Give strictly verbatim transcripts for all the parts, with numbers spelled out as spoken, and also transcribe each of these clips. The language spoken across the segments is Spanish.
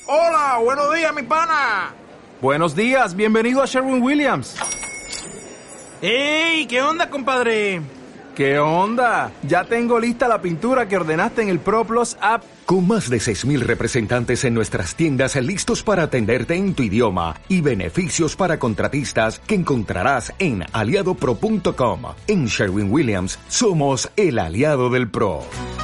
Hola, buenos días, mi pana. Buenos días, bienvenido a Sherwin-Williams. ¡Ey! ¿Qué onda, compadre? ¿Qué onda? Ya tengo lista la pintura que ordenaste en el ProPlus app. Con más de seis mil representantes en nuestras tiendas listos para atenderte en tu idioma y beneficios para contratistas que encontrarás en aliado pro punto com. En Sherwin-Williams somos el aliado del pro.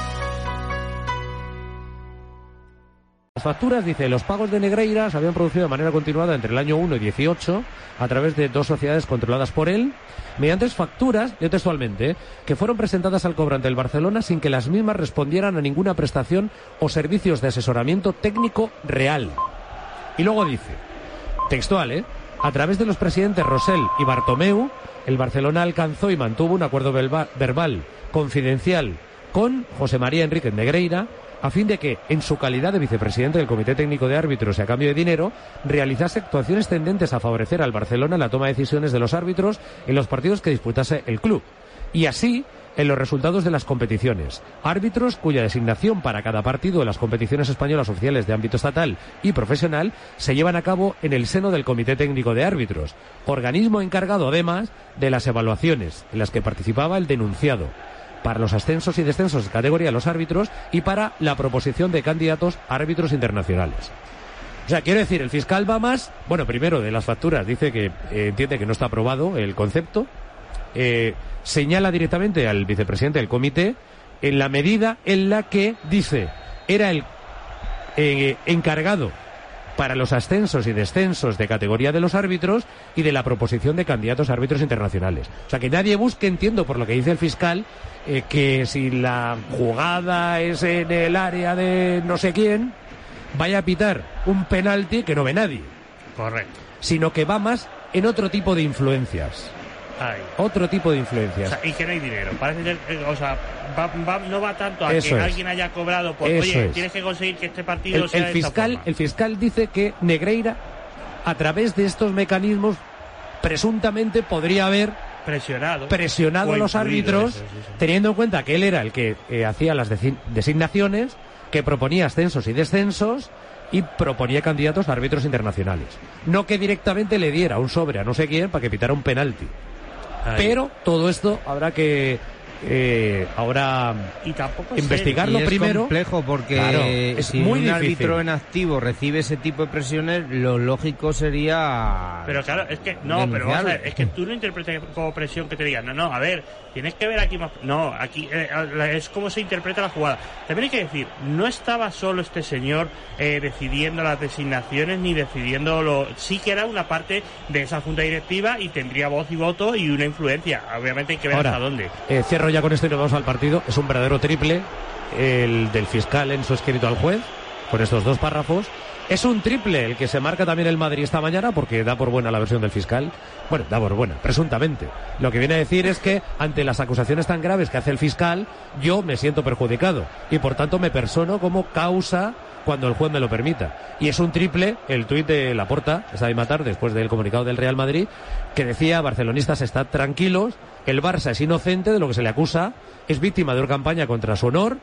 Las facturas, dice, los pagos de Negreira se habían producido de manera continuada entre el año uno y dieciocho a través de dos sociedades controladas por él, mediante facturas, yo textualmente, que fueron presentadas al cobrante del Barcelona sin que las mismas respondieran a ninguna prestación o servicios de asesoramiento técnico real. Y luego dice, textual, ¿eh? A través de los presidentes Rosell y Bartomeu, el Barcelona alcanzó y mantuvo un acuerdo verbal confidencial con José María Enríquez Negreira, a fin de que, en su calidad de vicepresidente del Comité Técnico de Árbitros y a cambio de dinero, realizase actuaciones tendentes a favorecer al Barcelona en la toma de decisiones de los árbitros en los partidos que disputase el club. Y así, en los resultados de las competiciones. Árbitros cuya designación para cada partido de las competiciones españolas oficiales de ámbito estatal y profesional se llevan a cabo en el seno del Comité Técnico de Árbitros, organismo encargado además de las evaluaciones en las que participaba el denunciado, para los ascensos y descensos de categoría de los árbitros y para la proposición de candidatos a árbitros internacionales. O sea, quiero decir, el fiscal va más, bueno, primero de las facturas, dice que eh, entiende que no está aprobado el concepto, eh, señala directamente al vicepresidente del comité en la medida en la que, dice, era el eh, encargado para los ascensos y descensos de categoría de los árbitros y de la proposición de candidatos a árbitros internacionales. O sea, que nadie busque, entiendo por lo que dice el fiscal, eh, que si la jugada es en el área de no sé quién, vaya a pitar un penalti que no ve nadie. Correcto. Sino que va más en otro tipo de influencias. Ay. Otro tipo de influencias. O sea, y que no hay dinero. Parece ser, eh, o sea, va, va, no va tanto a Eso que es. alguien haya cobrado por, Eso oye, es. tienes que conseguir que este partido El, sea el de fiscal, esta forma. el fiscal dice que Negreira, a través de estos mecanismos, presuntamente podría haber presionado, presionado o a los influido, árbitros, eso, sí, sí. teniendo en cuenta que él era el que eh, hacía las desi- designaciones, que proponía ascensos y descensos y proponía candidatos a árbitros internacionales. No que directamente le diera un sobre a no sé quién para que pitara un penalti. Ahí. Pero todo esto habrá que eh, ahora y tampoco investigarlo y es primero. complejo porque Claro, es si muy un difícil. árbitro en activo recibe ese tipo de presiones, lo lógico sería Pero claro, es que no, pero vamos a ver, denunciarlo. es que tú no interpretes como presión que te digan, no, no, a ver, tienes que ver aquí más, no, aquí eh, es como se interpreta la jugada. También hay que decir, no estaba solo este señor eh, decidiendo las designaciones ni decidiendo lo, sí que era una parte de esa junta directiva y tendría voz y voto y una influencia. Obviamente hay que ver Ahora, hasta dónde. Eh, cierro ya con esto y nos vamos al partido. Es un verdadero triple el del fiscal en su escrito al juez, con estos dos párrafos. Es un triple el que se marca también el Madrid esta mañana, porque da por buena la versión del fiscal. Bueno, da por buena, presuntamente. Lo que viene a decir es que ante las acusaciones tan graves que hace el fiscal, yo me siento perjudicado y por tanto me persono como causa cuando el juez me lo permita. Y es un triple el tuit de Laporta esta misma tarde, después del comunicado del Real Madrid, que decía: barcelonistas, estad tranquilos, el Barça es inocente de lo que se le acusa, es víctima de una campaña contra su honor,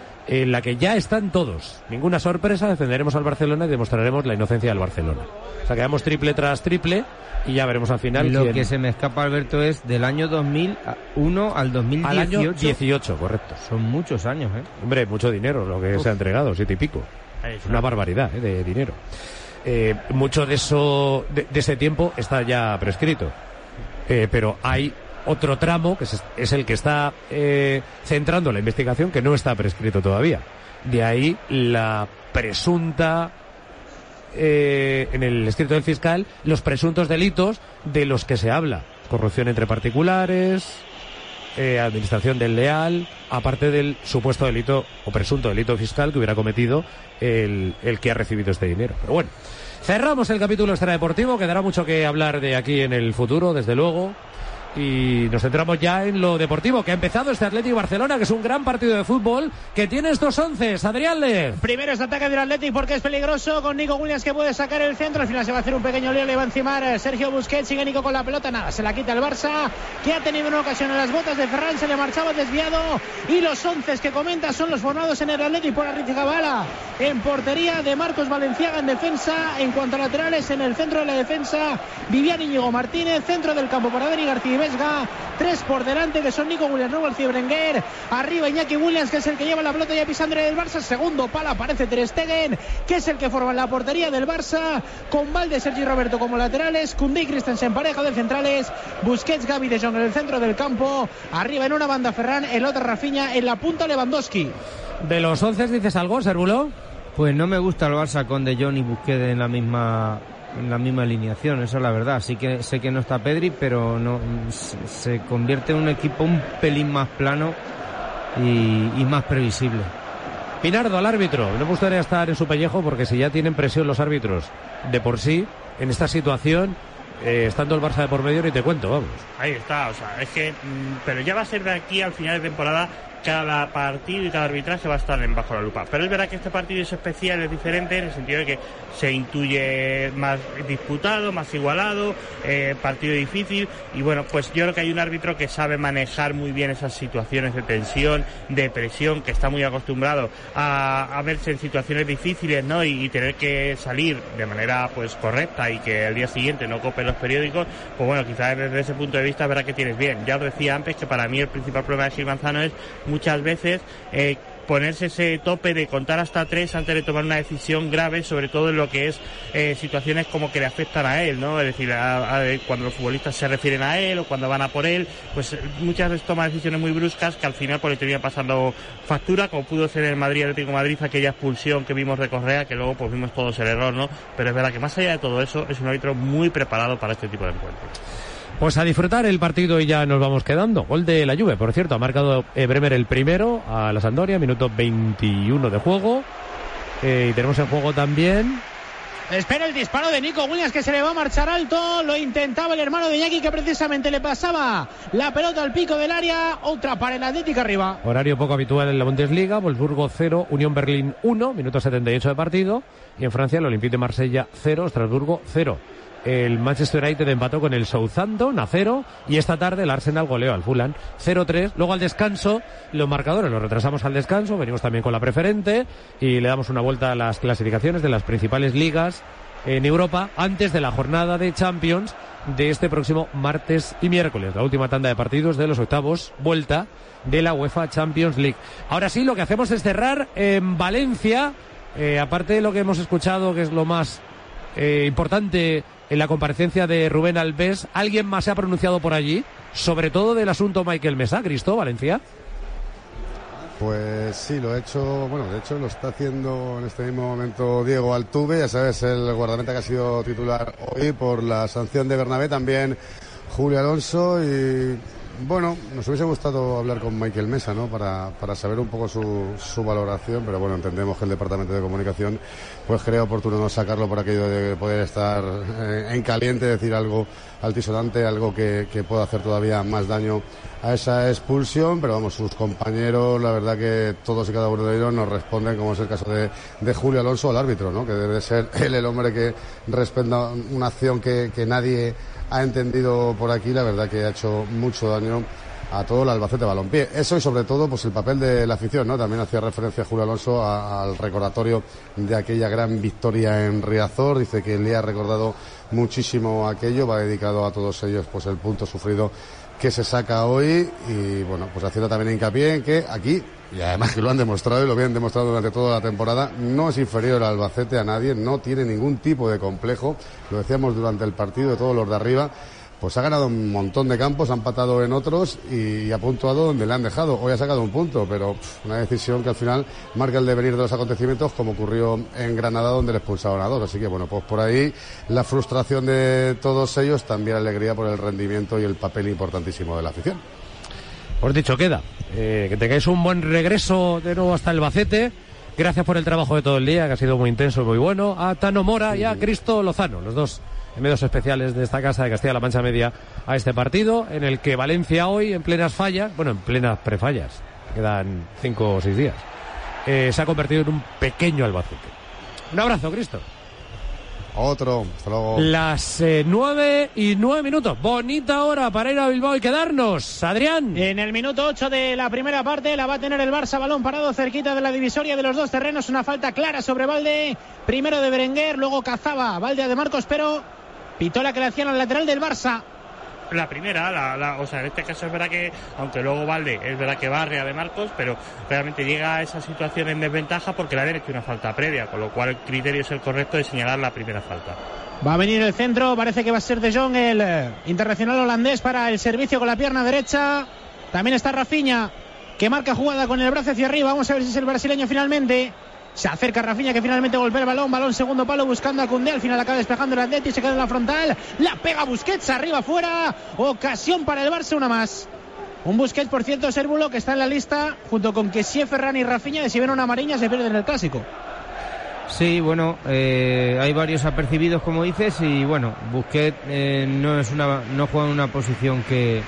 en la que ya están todos. Ninguna sorpresa, defenderemos al Barcelona y demostraremos la inocencia del Barcelona. O sea, quedamos triple tras triple y ya veremos al final Lo quién... que se me escapa, Alberto, es del año dos mil uno al dos mil dieciocho. Al año dieciocho, correcto. Son muchos años, ¿eh? Hombre, mucho dinero lo que Uf. se ha entregado, siete y pico. Ahí Es está. una barbaridad, ¿eh?, de dinero. Eh, mucho de eso, de, de ese tiempo está ya prescrito. Eh, pero hay otro tramo, que es, es el que está eh, centrando la investigación, que no está prescrito todavía. De ahí la presunta, eh, en el escrito del fiscal, los presuntos delitos de los que se habla. Corrupción entre particulares, eh, administración desleal, aparte del supuesto delito o presunto delito fiscal que hubiera cometido el, el que ha recibido este dinero. Pero bueno, cerramos el capítulo extradeportivo, quedará mucho que hablar de aquí en el futuro, desde luego. y nos centramos ya en lo deportivo, que ha empezado este Athletic Barcelona, que es un gran partido de fútbol, que tiene estos once. Adrián Lez. Primero este ataque del Athletic porque es peligroso, con Nico Williams que puede sacar el centro. Al final se va a hacer un pequeño lío, le va a encimar Sergio Busquets. Sigue Nico con la pelota, nada, se la quita el Barça, que ha tenido una ocasión en las botas de Ferran, se le marchaba desviado. Y los once que comenta son los formados en el Athletic por Arrizabalaga en portería, de Marcos Valenciaga en defensa. En cuanto a laterales, en el centro de la defensa, Vivian Íñigo Martínez, centro del campo para Dani García y Vesga, tres por delante que son Nico Williams, Nuevo García Berenguer, arriba Iñaki Williams, que es el que lleva la pelota ya pisando del Barça. Segundo pala aparece Ter Stegen, que es el que forma la portería del Barça, con Valde, Sergi Roberto como laterales, Koundé y Christensen pareja de centrales, Busquets, Gavi, De Jong en el centro del campo, arriba en una banda Ferran, en la otra Rafinha, en la punta Lewandowski. De los once dices algo, Servulo. Pues no me gusta el Barça con De Jong y Busquets en la misma en la misma alineación, eso es la verdad. Sí que sé que no está Pedri, pero no se convierte en un equipo un pelín más plano y, y más previsible. Pinardo, al árbitro. No me gustaría estar en su pellejo, porque si ya tienen presión los árbitros de por sí en esta situación, eh, estando el Barça de por medio, ni te cuento, vamos. Ahí está, o sea, es que mmm, pero ya va a ser de aquí al final de temporada. Cada partido y cada arbitraje va a estar en bajo la lupa. Pero es verdad que este partido es especial, es diferente, en el sentido de que se intuye más disputado, más igualado, eh, partido difícil. Y bueno, pues yo creo que hay un árbitro que sabe manejar muy bien esas situaciones de tensión, de presión, que está muy acostumbrado a, a verse en situaciones difíciles, ¿no? Y, y tener que salir de manera pues correcta y que al día siguiente no copen los periódicos. Pues bueno, quizás desde ese punto de vista verá que tienes bien. Ya os decía antes que para mí el principal problema de Gil Manzano es muchas veces eh, ponerse ese tope de contar hasta tres antes de tomar una decisión grave, sobre todo en lo que es eh, situaciones como que le afectan a él, ¿no? Es decir, a, a, cuando los futbolistas se refieren a él o cuando van a por él, pues muchas veces toma decisiones muy bruscas que al final pues le termina pasando factura, como pudo ser el Madrid Atlético de Madrid, aquella expulsión que vimos de Correa, que luego pues vimos todos el error, ¿no? Pero es verdad que más allá de todo eso, es un árbitro muy preparado para este tipo de encuentros. Pues a disfrutar el partido y ya nos vamos quedando. Gol de la Juve, por cierto, ha marcado eh, Bremer el primero a la Sampdoria, minuto veintiuno de juego. Eh, y tenemos en juego también... Espera el disparo de Nico Williams, que se le va a marchar alto. Lo intentaba el hermano de Iñaki, que precisamente le pasaba la pelota al pico del área. Otra para el Atlético arriba. Horario poco habitual en la Bundesliga. Wolfsburgo cero, Unión Berlín uno, minuto setenta y ocho de partido. Y en Francia el Olympique de Marsella cero, Estrasburgo cero. El Manchester United empató con el Southampton a cero, y esta tarde el Arsenal goleó al Fulham cero tres. Luego al descanso, los marcadores los retrasamos al descanso, venimos también con la preferente y le damos una vuelta a las clasificaciones de las principales ligas en Europa antes de la jornada de Champions de este próximo martes y miércoles, la última tanda de partidos de los octavos vuelta de la UEFA Champions League. Ahora sí, lo que hacemos es cerrar en Valencia, eh, aparte de lo que hemos escuchado, que es lo más eh, importante en la comparecencia de Rubén Alves. ¿Alguien más se ha pronunciado por allí? Sobre todo del asunto Michael Mesa, Cristo, Valencia. Pues sí, lo ha hecho, bueno, de hecho lo está haciendo en este mismo momento Diego Altuve, ya sabes, el guardameta que ha sido titular hoy por la sanción de Bernabé, también Julio Alonso. Y bueno, nos hubiese gustado hablar con Michael Mesa, ¿no? Para, para saber un poco su, su valoración, pero bueno, entendemos que el Departamento de Comunicación pues crea oportuno no sacarlo por aquello de poder estar eh, en caliente, decir algo altisonante, algo que, que pueda hacer todavía más daño a esa expulsión. Pero vamos, sus compañeros, la verdad que todos y cada uno de ellos nos responden, como es el caso de, de Julio Alonso, al árbitro, ¿no? Que debe ser él el hombre que respeta una acción que, que nadie ha entendido por aquí. La verdad que ha hecho mucho daño a todo el Albacete Balompié. Eso, y sobre todo pues el papel de la afición, ¿no? También hacía referencia Julio Alonso a, al recordatorio de aquella gran victoria en Riazor. Dice que le ha recordado muchísimo aquello, va dedicado a todos ellos pues el punto sufrido que se saca hoy. Y bueno, pues haciendo también hincapié en que aquí, y además que lo han demostrado y lo habían demostrado durante toda la temporada, no es inferior al Albacete a nadie, no tiene ningún tipo de complejo. Lo decíamos durante el partido, de todos los de arriba, pues ha ganado un montón de campos, ha empatado en otros y ha puntuado donde le han dejado. Hoy ha sacado un punto, pero pff, una decisión que al final marca el devenir de los acontecimientos, como ocurrió en Granada, donde le expulsaron a dos. Así que bueno, pues por ahí la frustración de todos ellos, también alegría por el rendimiento y el papel importantísimo de la afición. Pues dicho queda, eh, que tengáis un buen regreso de nuevo hasta el Albacete. Gracias por el trabajo de todo el día, que ha sido muy intenso y muy bueno. A Tano Mora y a Cristo Lozano, los dos en medios especiales de esta casa de Castilla-La Mancha Media a este partido, en el que Valencia hoy, en plenas fallas, bueno, en plenas prefallas, quedan cinco o seis días, eh, se ha convertido en un pequeño Albacete. Un abrazo, Cristo. Otro, hasta luego. Las eh, nueve y nueve minutos. Bonita hora para ir a Bilbao y quedarnos. Adrián. En el minuto ocho de la primera parte la va a tener el Barça, balón parado cerquita de la divisoria de los dos terrenos. Una falta clara sobre Valde. Primero de Berenguer, luego cazaba Valde a De Marcos, pero pitó la que le hacían al lateral del Barça. La primera, la, la, o sea, en este caso es verdad que, aunque luego Valde es verdad que barre a De Marcos, pero realmente llega a esa situación en desventaja porque le ha hecho una falta previa, con lo cual el criterio es el correcto de señalar la primera falta. Va a venir el centro, parece que va a ser De Jong, el eh, internacional holandés, para el servicio con la pierna derecha. También está Rafinha, que marca jugada con el brazo hacia arriba. Vamos a ver si es el brasileño finalmente. Se acerca Rafinha, que finalmente golpea el balón. Balón segundo palo buscando a Koundé. Al final acaba despejando el Atleti. Se queda en la frontal. La pega Busquets arriba fuera. Ocasión para el Barça, una más. Un Busquets, por cierto, Sérvulo, que está en la lista junto con Kessie, Ferran y Rafinha. De si ven una amarilla se pierden el clásico. Sí, bueno, eh, hay varios apercibidos, como dices, y bueno, Busquets eh, no es una, no juega en una posición que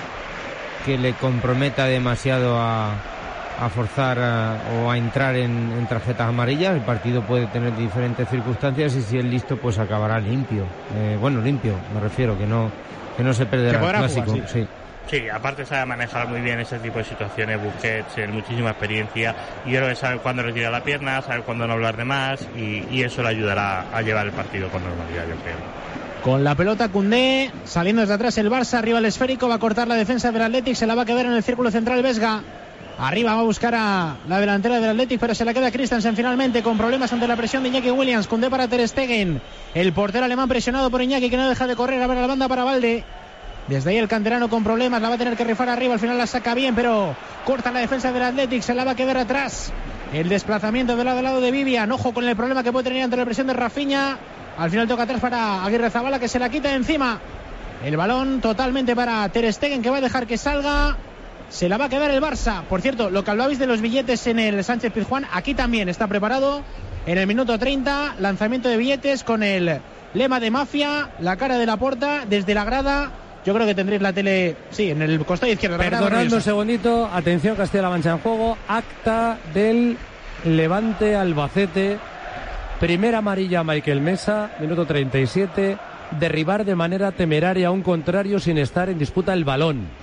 que le comprometa demasiado a a forzar a, o a entrar en, en tarjetas amarillas. El partido puede tener diferentes circunstancias y si es listo pues acabará limpio, eh, bueno limpio me refiero, que no que no se perderá el clásico. Jugar, sí. Sí. Sí, aparte sabe manejar muy bien ese tipo de situaciones Busquets, tiene muchísima experiencia y yo creo que sabe cuándo retirar la pierna, sabe cuándo no hablar de más y, y eso le ayudará a llevar el partido con normalidad, yo creo. Con la pelota Koundé, saliendo desde atrás el Barça, arriba el esférico, va a cortar la defensa del Athletic, se la va a quedar en el círculo central Vesga. Arriba va a buscar a la delantera del Athletic, pero se la queda Christensen finalmente con problemas ante la presión de Iñaki Williams. Koundé para Ter Stegen, el portero alemán presionado por Iñaki, que no deja de correr. A ver a la banda para Valde. Desde ahí el canterano con problemas, la va a tener que rifar arriba. Al final la saca bien, pero corta la defensa del Athletic, se la va a quedar atrás. El desplazamiento de lado a lado de Vivian. Ojo con el problema que puede tener ante la presión de Rafinha. Al final toca atrás para Aguirre Zabala, que se la quita de encima. El balón totalmente para Ter Stegen, que va a dejar que salga. Se la va a quedar el Barça. Por cierto, lo que hablabais de los billetes en el Sánchez Pizjuán, aquí también está preparado. En el minuto treinta, lanzamiento de billetes con el lema de Mafia, la cara de Laporta desde la grada. Yo creo que tendréis la tele, sí, en el costado izquierdo. Perdonadme un segundito, atención, Castilla-La Mancha en juego. Acta del Levante Albacete. Primera amarilla a Michael Mesa, minuto treinta y siete. Derribar de manera temeraria a un contrario sin estar en disputa el balón.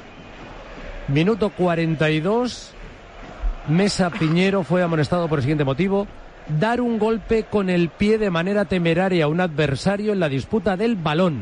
Minuto cuarenta y dos, Mesa Piñero fue amonestado por el siguiente motivo: dar un golpe con el pie de manera temeraria a un adversario en la disputa del balón.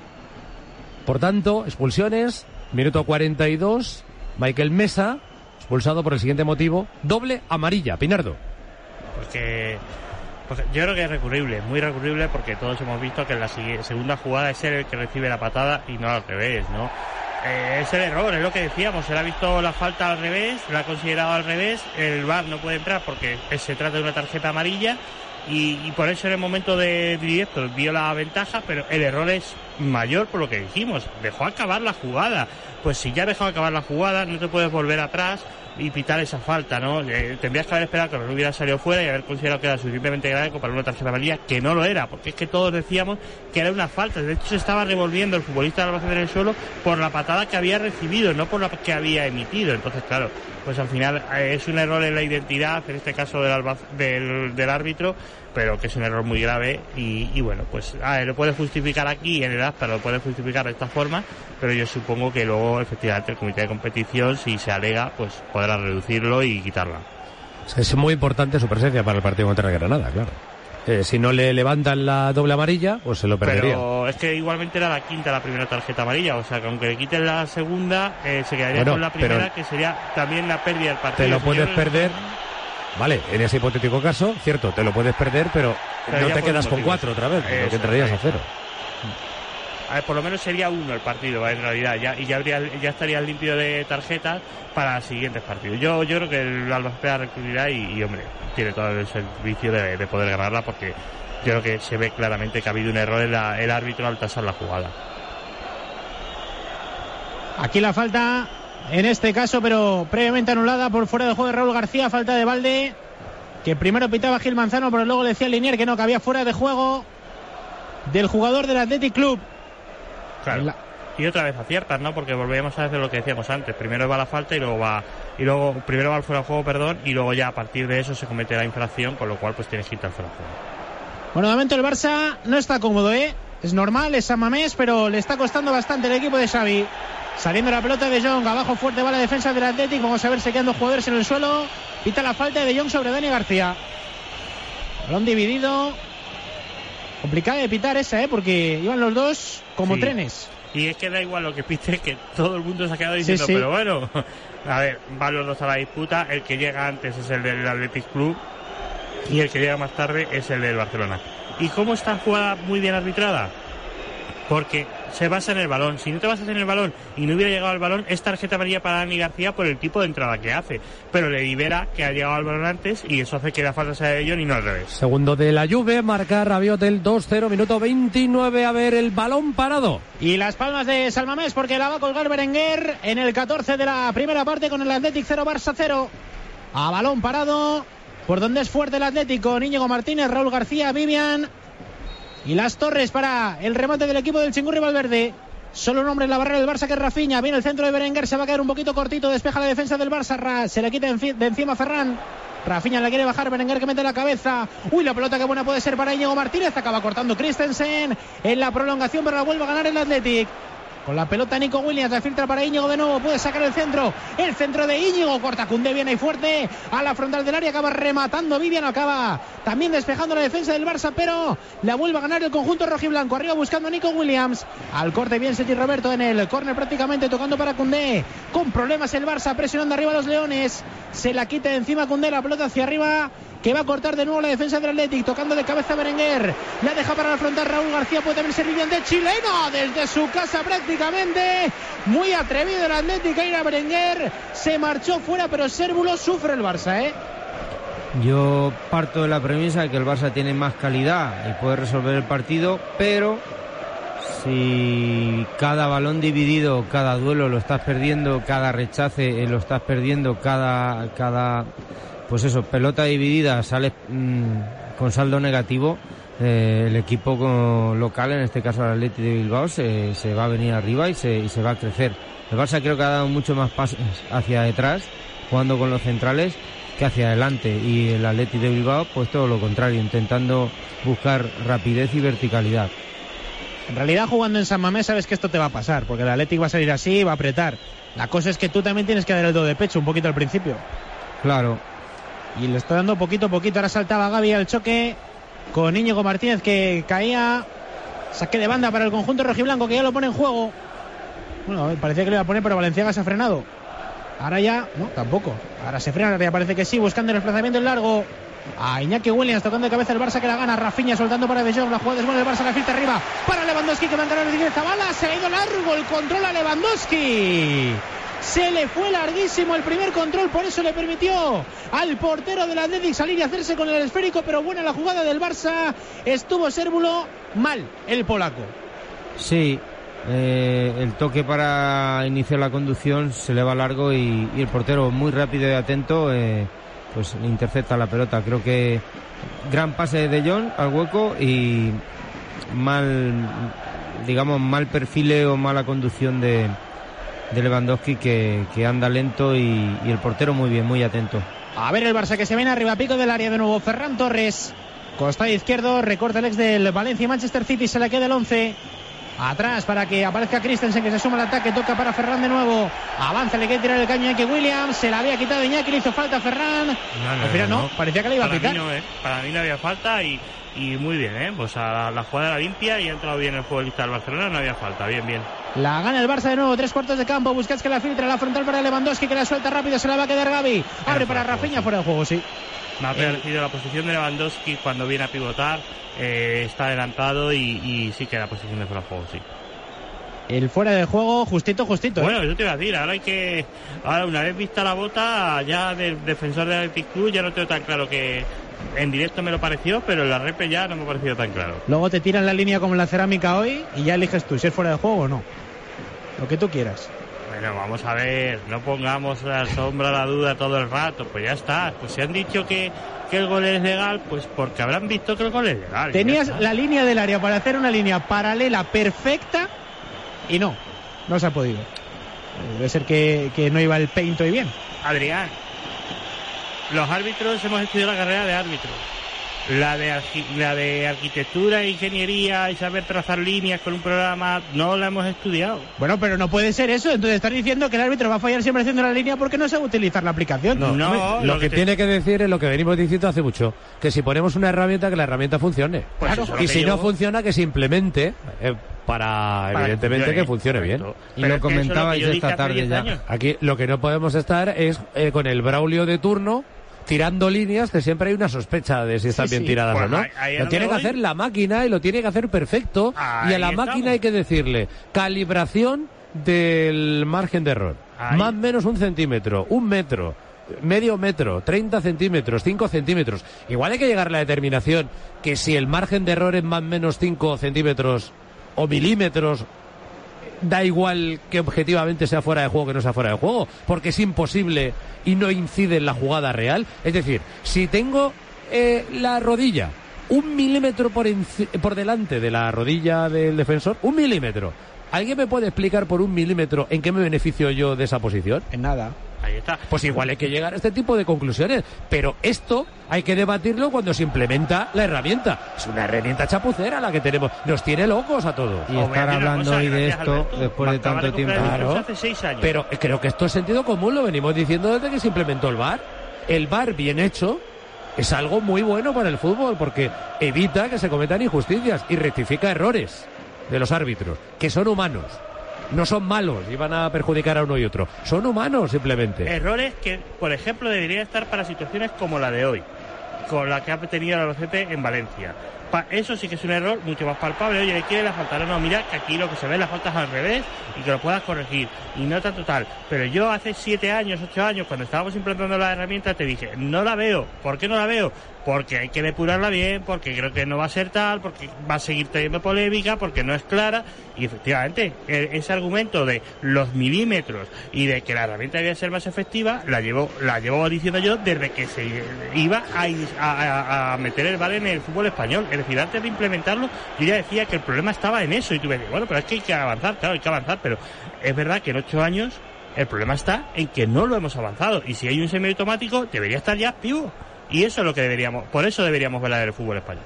Por tanto, expulsiones, minuto cuarenta y dos, Michael Mesa, expulsado por el siguiente motivo, doble amarilla. Pinardo. Porque, porque yo creo que es recurrible, muy recurrible, porque todos hemos visto que en la segunda jugada es él el que recibe la patada y no al revés, ¿no? Eh, es el error, es lo que decíamos. Él ha visto la falta al revés, la ha considerado al revés. El V A R no puede entrar porque se trata de una tarjeta amarilla y, y por eso en el momento de directo vio la ventaja, pero el error es mayor por lo que dijimos. Dejó acabar la jugada. Pues si ya ha dejado acabar la jugada, no te puedes volver atrás y pitar esa falta, ¿no? Eh, tendrías que haber esperado que no hubiera salido fuera y haber considerado que era suficientemente grave para una tarjeta amarilla, que no lo era, porque es que todos decíamos que era una falta. De hecho, se estaba revolviendo el futbolista de Albacete en el suelo por la patada que había recibido, no por la que había emitido. Entonces, claro, pues al final eh, es un error en la identidad, en este caso del, alba, del, del árbitro, pero que es un error muy grave y, y bueno, pues a ver, lo puede justificar aquí en el acta, lo puede justificar de esta forma, pero yo supongo que luego efectivamente el comité de competición, si se alega, pues podrá reducirlo y quitarla. Es muy importante su presencia para el partido contra el Granada, claro. Eh, si no le levantan la doble amarilla, pues se lo perdería. Pero es que igualmente era la quinta la primera tarjeta amarilla, o sea que aunque le quiten la segunda, eh, se quedaría bueno, con la primera, que sería también la pérdida del partido. Te lo puedes perder. Vale, en ese hipotético caso, cierto, te lo puedes perder, pero, pero no te quedas con cuatro otra vez, lo que entrarías a cero. A ver, por lo menos sería uno el partido, en realidad, ya, y ya habría, ya estaría limpio de tarjetas para los siguientes partidos. Yo, yo creo que el Albacete recurrirá y, y, hombre, tiene todo el servicio de, de poder ganarla, porque yo creo que se ve claramente que ha habido un error en la, el árbitro al tasar la jugada. Aquí la falta, en este caso, pero previamente anulada por fuera de juego de Raúl García, falta de Valde, que primero pitaba Gil Manzano, pero luego le decía al Linier que no, que había fuera de juego. del jugador del Athletic Club. Claro. La... Y otra vez aciertas, ¿no? Porque volvemos a hacer lo que decíamos antes. Primero va la falta y luego va... Y luego, primero va el fuera de juego, perdón, y luego ya a partir de eso se comete la infracción, con lo cual pues tienes que quitar el fuera de juego. Bueno, de momento el Barça no está cómodo, ¿eh? Es normal, es San Mamés, pero le está costando bastante el equipo de Xavi. Saliendo la pelota de De Jong, abajo fuerte va la defensa del Athletic. Vamos a ver si quedan dos jugadores en el suelo. Pita la falta de De Jong sobre Dani García. Balón dividido. Complicada de pitar esa, ¿eh? Porque iban los dos como sí. trenes. Y es que da igual lo que pite, que todo el mundo se ha quedado diciendo, sí, sí. pero bueno, a ver, van los dos a la disputa. El que llega antes es el del Athletic Club y el que llega más tarde es el del Barcelona. ¿Y cómo está jugada muy bien arbitrada? Porque se basa en el balón. Si no te basas en el balón y no hubiera llegado al balón, es tarjeta amarilla para Dani García por el tipo de entrada que hace. Pero le libera que ha llegado al balón antes y eso hace que la falta sea de John y no al revés. Segundo de la Juve, marca Rabiot el dos cero, minuto veintinueve. A ver, el balón parado. Y las palmas de San Mamés porque la va a colgar Berenguer en el catorce de la primera parte con el Athletic cero, Barça cero. A balón parado, por donde es fuerte el Atlético, Íñigo Martínez, Raúl García, Vivian... Y las torres para el remate del equipo del Chingurri Valverde. Solo un hombre en la barrera del Barça, que es Rafinha. Viene el centro de Berenguer, se va a quedar un poquito cortito. Despeja la defensa del Barça. Se le quita de encima Ferran. Rafinha le quiere bajar, Berenguer que mete la cabeza. Uy, la pelota que buena puede ser para Íñigo Martínez. Acaba cortando Christensen en la prolongación, pero la vuelve a ganar el Athletic. Con la pelota Nico Williams, la filtra para Íñigo de nuevo, puede sacar el centro, el centro de Íñigo, corta Koundé, viene y fuerte, a la frontal del área, acaba rematando Vivian, acaba también despejando la defensa del Barça, pero la vuelve a ganar el conjunto rojiblanco, arriba buscando a Nico Williams, al corte bien Sergi Roberto en el córner prácticamente, tocando para Koundé, con problemas el Barça, presionando arriba a los leones, se la quita de encima Koundé, la pelota hacia arriba, que va a cortar de nuevo la defensa del Athletic, tocando de cabeza a Berenguer, la deja para afrontar Raúl García, puede también ser Vivian de chileno, desde su casa prácticamente, muy atrevido el Athletic a ir a Berenguer, se marchó fuera, pero Sérvulo sufre el Barça, ¿eh? Yo parto de la premisa de que el Barça tiene más calidad y puede resolver el partido, pero si cada balón dividido, cada duelo lo estás perdiendo, cada rechace lo estás perdiendo, cada... cada pues eso, pelota dividida, sales mmm, con saldo negativo, eh, el equipo con, local, en este caso el Athletic de Bilbao, se, se va a venir arriba y se, y se va a crecer. El Barça creo que ha dado mucho más pasos hacia detrás, jugando con los centrales, que hacia adelante, y el Athletic de Bilbao pues todo lo contrario, intentando buscar rapidez y verticalidad. En realidad, jugando en San Mamés sabes que esto te va a pasar, porque el Athletic va a salir así y va a apretar. La cosa es que tú también tienes que dar el do de pecho un poquito al principio. Claro. Y le está dando poquito a poquito. Ahora saltaba Gavi al choque con Íñigo Martínez, que caía. Saque de banda para el conjunto rojiblanco, que ya lo pone en juego. Bueno, parecía que lo iba a poner, pero Valenciaga se ha frenado. Ahora ya, no, tampoco. Ahora se frena, ya parece que sí, buscando el desplazamiento en largo. A Iñaki Williams tocando de cabeza el Barça, que la gana. Rafinha soltando para De Jong, la jugada es buena, el Barça la filtra arriba para Lewandowski, que va a encarar el Zabala. Se ha ido largo el control a Lewandowski. Se le fue larguísimo el primer control, por eso le permitió al portero del Athletic salir y hacerse con el esférico, pero buena la jugada del Barça. Estuvo Sérvulo mal, el polaco. Sí, eh, el toque para iniciar la conducción se le va largo y, y el portero muy rápido y atento, eh, pues intercepta la pelota. Creo que gran pase de De Jong al hueco y mal, digamos, mal perfil o mala conducción de de Lewandowski, que, que anda lento y, y el portero muy bien, muy atento. A ver el Barça, que se viene arriba, pico del área de nuevo, Ferran Torres, costado izquierdo, recorta el ex del Valencia y Manchester City, se le queda el once. Atrás para que aparezca Christensen, que se suma al ataque, toca para Ferran de nuevo, avanza, le quiere tirar el caño a Iñaki Williams, se la había quitado Iñaki, le hizo falta a Ferran. No, no, al final no, no, parecía que le iba para a picar. Mí no, eh. Para mí no había falta y, y muy bien, ¿eh? Pues a la, la jugada era limpia y ha entrado bien el futbolista del Barcelona, no había falta, bien, bien. La gana el Barça de nuevo, tres cuartos de campo, Busquets que la filtra, la frontal para Lewandowski, que la suelta rápido, se la va a quedar Gavi, abre para Rafinha, fuera de juego, sí. Me ha parecido la posición de Lewandowski cuando viene a pivotar, eh, está adelantado y, y sí que la posición de fuera de juego, sí. El fuera de juego, justito, justito. Bueno, ¿eh? Eso te iba a decir, ahora hay que... Ahora, una vez vista la bota, ya del defensor del Athletic Club, ya no tengo tan claro que... En directo me lo pareció, pero en la repe ya no me ha parecido tan claro. Luego te tiran la línea como en la cerámica hoy y ya eliges tú si es fuera de juego o no. Lo que tú quieras. Bueno, vamos a ver, no pongamos la sombra a la duda todo el rato, pues ya está. Pues si han dicho que que el gol es legal? Pues porque habrán visto que el gol es legal. Tenías la línea del área para hacer una línea paralela perfecta y no, no se ha podido. Debe ser que, que no iba el paint y bien. Adrián, los árbitros hemos estudiado la carrera de árbitros. La de, la de arquitectura, ingeniería y saber trazar líneas con un programa no la hemos estudiado. Bueno, pero no puede ser eso. Entonces estás diciendo que el árbitro va a fallar siempre haciendo la línea porque no sabe utilizar la aplicación. No, no lo, lo que, que te... tiene que decir es lo que venimos diciendo hace mucho, que si ponemos una herramienta, que la herramienta funcione. Pues claro. Y si yo... no funciona, que se implemente eh, para, para, evidentemente, que funcione, que funcione bien. Y lo comentabais es lo esta tarde ya. Años. Aquí lo que no podemos estar es eh, con el Braulio de turno tirando líneas, que siempre hay una sospecha de si están sí, bien sí. tiradas pues o no. Ahí, ahí lo tiene que voy. hacer la máquina y lo tiene que hacer perfecto. Ahí y a la estamos. máquina hay que decirle calibración del margen de error. Ahí. Más o menos un centímetro, un metro, medio metro, treinta centímetros, cinco centímetros. Igual hay que llegar a la determinación que si el margen de error es más o menos cinco centímetros o milímetros, da igual que objetivamente sea fuera de juego que no sea fuera de juego, porque es imposible y no incide en la jugada real. Es decir, si tengo eh, la rodilla un milímetro por, por delante de la rodilla del defensor, un milímetro, ¿alguien me puede explicar por un milímetro en qué me beneficio yo de esa posición? En nada. Ahí está. Pues igual hay que llegar a este tipo de conclusiones, pero esto hay que debatirlo cuando se implementa la herramienta. Es una herramienta chapucera la que tenemos, nos tiene locos a todos. Y estar hablando hoy de esto Alberto, después de tanto tiempo. Claro, hace seis años. Pero creo que esto es sentido común, lo venimos diciendo desde que se implementó el V A R. El V A R bien hecho es algo muy bueno para el fútbol porque evita que se cometan injusticias y rectifica errores de los árbitros, que son humanos. No son malos y van a perjudicar a uno y otro. Son humanos, simplemente. Errores que, por ejemplo, deberían estar para situaciones como la de hoy, con la que ha tenido el Albacete en Valencia. Pa- eso sí que es un error mucho más palpable. Oye, le quiere la falta. No, no, mira que aquí lo que se ve las faltas al revés y que lo puedas corregir. Y no tanto tal. Pero yo hace siete años, ocho años, cuando estábamos implantando la herramienta, te dije, no la veo. ¿Por qué no la veo? Porque hay que depurarla bien, porque creo que no va a ser tal, porque va a seguir teniendo polémica, porque no es clara. Y efectivamente, ese argumento de los milímetros y de que la herramienta debía ser más efectiva, la llevo, la llevo diciendo yo desde que se iba a, a, a meter el V A R en el fútbol español. Es decir, antes de implementarlo, yo ya decía que el problema estaba en eso. Y tú me dices, bueno, pero es que hay que avanzar, claro, hay que avanzar. Pero es verdad que en ocho años el problema está en que no lo hemos avanzado. Y si hay un semiautomático, debería estar ya activo. Y eso es lo que deberíamos, por eso deberíamos velar el fútbol español.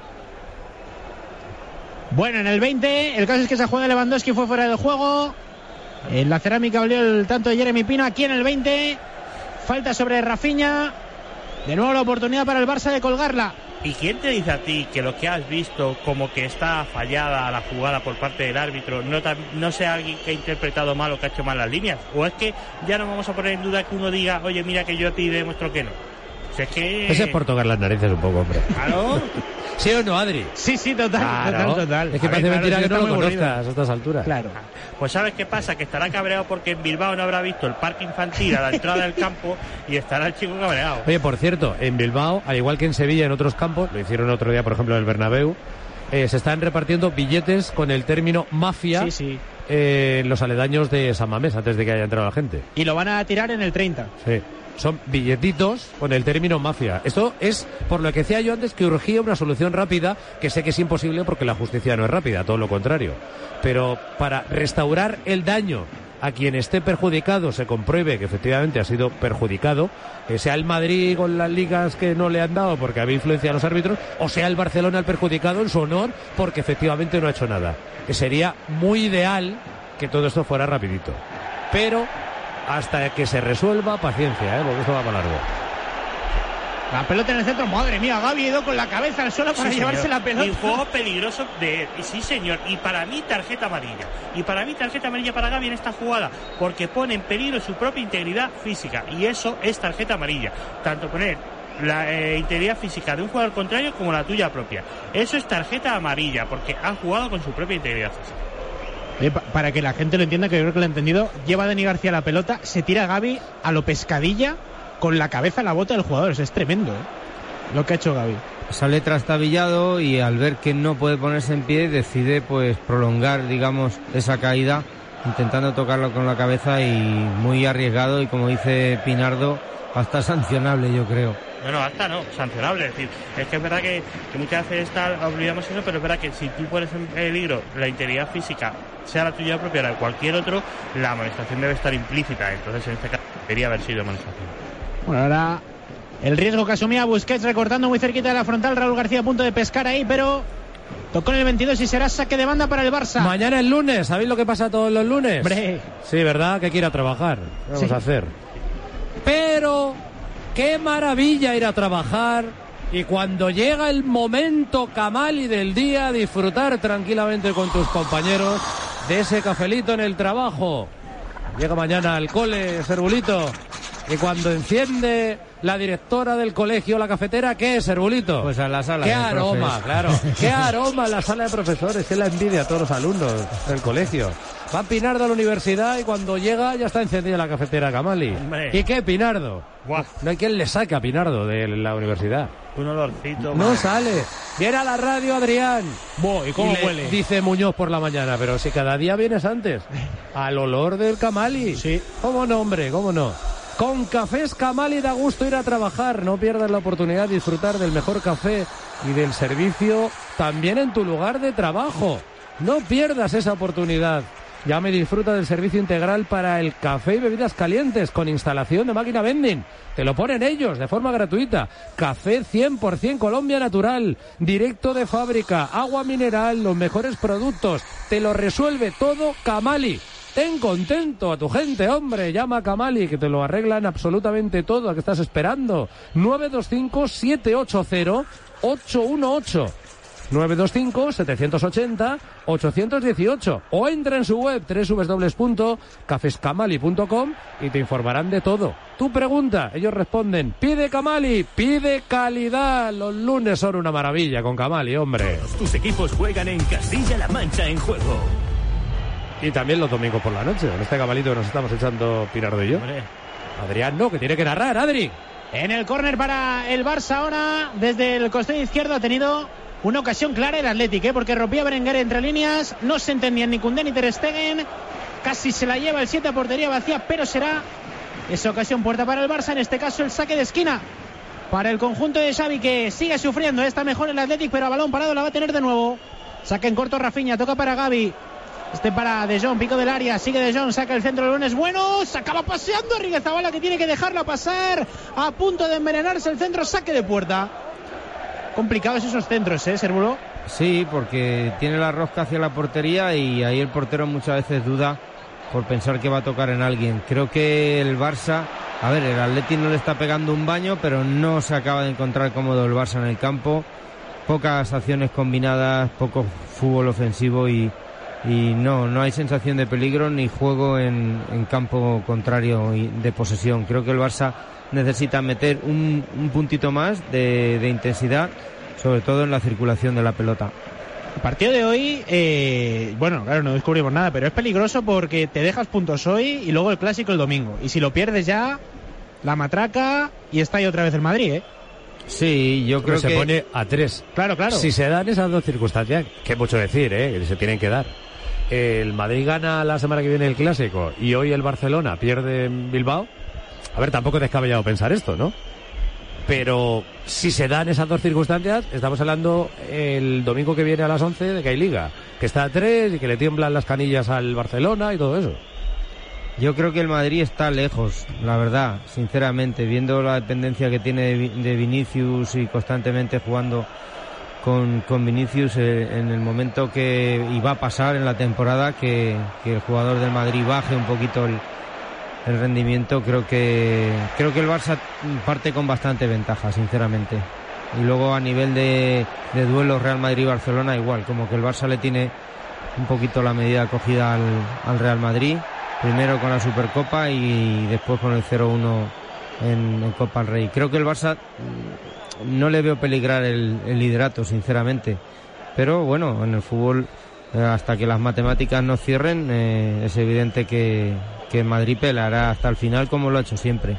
Bueno, en el veinte, el caso es que esa jugada de Lewandowski fue fuera del juego. En la cerámica olió el tanto de Jeremy Pino. Aquí en el veinte, falta sobre Rafinha. De nuevo la oportunidad para el Barça de colgarla. ¿Y quién te dice a ti que lo que has visto como que está fallada la jugada por parte del árbitro no, no sea alguien que ha interpretado mal o que ha hecho mal las líneas? ¿O es que ya no vamos a poner en duda que uno diga, oye, mira que yo a ti demuestro que no? O sea, es que... Ese es por tocar las narices un poco, hombre. ¿Claro? ¿Sí o no, Adri? Sí, sí, total, claro. total, total. Es que a parece ver, mentira claro, que no lo aburrido. conozcas a estas alturas. Claro. Pues ¿sabes qué pasa? Que estará cabreado porque en Bilbao no habrá visto el parque infantil a la entrada del campo y estará el chico cabreado. Oye, por cierto, en Bilbao, al igual que en Sevilla, en otros campos, lo hicieron otro día, por ejemplo, en el Bernabéu, eh, se están repartiendo billetes con el término mafia sí, sí. Eh, en los aledaños de San Mamés, antes de que haya entrado la gente. Y lo van a tirar en el treinta. Sí. Son billetitos con el término mafia. Esto es por lo que decía yo antes, que urgía una solución rápida, que sé que es imposible porque la justicia no es rápida, todo lo contrario. Pero para restaurar el daño a quien esté perjudicado, se compruebe que efectivamente ha sido perjudicado, que sea el Madrid con las ligas que no le han dado porque había influencia a los árbitros, o sea el Barcelona el perjudicado en su honor porque efectivamente no ha hecho nada. Que sería muy ideal que todo esto fuera rapidito. Pero hasta que se resuelva, paciencia, ¿eh? Porque esto va para largo. La pelota en el centro, madre mía, Gavi ha ido con la cabeza al suelo para sí, llevarse señor. la pelota. Y un juego peligroso de él, sí señor, y para mí tarjeta amarilla. Y para mí tarjeta amarilla para Gavi en esta jugada, porque pone en peligro su propia integridad física, y eso es tarjeta amarilla. Tanto poner la eh, integridad física de un jugador contrario como la tuya propia. Eso es tarjeta amarilla, porque ha jugado con su propia integridad física. Eh, para que la gente lo entienda, que yo creo que lo ha entendido, lleva Dani García la pelota, se tira Gavi a lo pescadilla con la cabeza en la bota del jugador. Eso es tremendo, ¿eh? Lo que ha hecho Gavi. Sale trastabillado y al ver que no puede ponerse en pie decide pues prolongar, digamos, esa caída intentando tocarlo con la cabeza, y muy arriesgado, y como dice Pinardo, hasta sancionable, yo creo. No, no, hasta no, sancionable. Es decir, es que es verdad que, que muchas veces está, olvidamos eso, pero es verdad que si tú pones en peligro la integridad física, sea la tuya propia o la de cualquier otro, la amonestación debe estar implícita. Entonces, en este caso, debería haber sido amonestación. Bueno, ahora el riesgo que asumía Busquets recortando muy cerquita de la frontal. Raúl García a punto de pescar ahí, pero tocó en el veintidós y será saque de banda para el Barça. Mañana es lunes, ¿sabéis lo que pasa todos los lunes? Hombre. Sí, ¿verdad? Que quiera a trabajar. ¿Qué vamos Sí. a hacer? Pero qué maravilla ir a trabajar y cuando llega el momento Camali del día, disfrutar tranquilamente con tus compañeros de ese cafelito en el trabajo. Llega mañana al cole, Servulito, y cuando enciende la directora del colegio la cafetera, ¿qué es, Servulito? Pues a la sala qué de aroma, profes. claro, qué aroma en la sala de profesores, que es la envidia a todos los alumnos del colegio. Va Pinardo a la universidad y cuando llega ya está encendida la cafetera Camali. Hombre. ¿Y qué, Pinardo? Buah. No hay quien le saque a Pinardo de la universidad. Un olorcito. No madre. sale. Viene a la radio Adrián. Bo, ¿y cómo Y le huele? dice Muñoz por la mañana, pero si cada día vienes antes. Al olor del Camali. Sí. ¿Cómo no, hombre? ¿Cómo no? Con Cafés Camali da gusto ir a trabajar. No pierdas la oportunidad de disfrutar del mejor café y del servicio también en tu lugar de trabajo. No pierdas esa oportunidad. Llame y disfruta del servicio integral para el café y bebidas calientes con instalación de máquina vending. Te lo ponen ellos de forma gratuita. Café cien por ciento Colombia natural, directo de fábrica, agua mineral, los mejores productos. Te lo resuelve todo Camali. Ten contento a tu gente, hombre. Llama a Camali que te lo arreglan absolutamente todo. ¿A qué estás esperando? nueve dos cinco, siete ocho cero, ocho uno ocho. nueve dos cinco, siete ocho cero, ocho uno ocho o entra en su web doble u doble u doble u punto cafés camali punto com y te informarán de todo. Tu pregunta, ellos responden. Pide Camali, pide calidad. Los lunes son una maravilla con Camali, hombre. Tus equipos juegan en Castilla-La Mancha en juego. Y también los domingos por la noche, con este Camalito que nos estamos echando Pinardo y yo. Hombre. Adrián no, que tiene que narrar, Adri. En el córner para el Barça ahora, desde el costado izquierdo ha tenido una ocasión clara el Athletic, ¿eh? Porque rompía Berenguer entre líneas, no se entendían ni Koundé ni Ter Stegen, casi se la lleva el siete a portería vacía, pero será esa ocasión puerta para el Barça, en este caso el saque de esquina para el conjunto de Xavi, que sigue sufriendo, está mejor el Athletic, pero a balón parado la va a tener de nuevo. Saque en corto Rafinha, toca para Gavi. Este para De Jong, pico del área, sigue De Jong, saca el centro, el balón es bueno, se acaba paseando Arriguezabala, que tiene que dejarla pasar, a punto de envenenarse el centro, saque de puerta. Complicados esos centros, ¿eh, Servulo? Sí, porque tiene la rosca hacia la portería y ahí el portero muchas veces duda por pensar que va a tocar en alguien. Creo que el Barça, a ver, el Atleti no le está pegando un baño, pero no se acaba de encontrar cómodo el Barça en el campo. Pocas acciones combinadas, poco fútbol ofensivo y y no, no hay sensación de peligro ni juego en, en campo contrario y de posesión. Creo que el Barça necesita meter un, un puntito más de, de intensidad, sobre todo en la circulación de la pelota. El partido de hoy, eh, bueno, claro, no descubrimos nada, pero es peligroso porque te dejas puntos hoy y luego el clásico el domingo. Y si lo pierdes ya, la matraca y está ahí otra vez el Madrid, ¿eh? Sí, yo creo que se que... pone a tres. Claro, claro. Si se dan esas dos circunstancias, que mucho decir, ¿eh? Que se tienen que dar. El Madrid gana la semana que viene el Clásico y hoy el Barcelona pierde en Bilbao. A ver, tampoco es descabellado pensar esto, ¿no? Pero si se dan esas dos circunstancias, estamos hablando el domingo que viene a las once de que hay Liga, que está a tres y que le tiemblan las canillas al Barcelona y todo eso. Yo creo que el Madrid está lejos, la verdad, sinceramente, viendo la dependencia que tiene de, de Vinicius y constantemente jugando con, con Vinicius eh, en el momento que iba a pasar en la temporada que, que el jugador del Madrid baje un poquito el, el rendimiento. Creo que creo que el Barça parte con bastante ventaja, sinceramente. Y luego a nivel de, de duelos Real Madrid-Barcelona igual, como que el Barça le tiene un poquito la medida cogida al, al Real Madrid, primero con la Supercopa y después con el cero uno en, en Copa del Rey. Creo que el Barça no le veo peligrar el, el liderato, sinceramente, pero bueno, en el fútbol eh, hasta que las matemáticas no cierren eh, es evidente que, que Madrid peleará hasta el final como lo ha hecho siempre.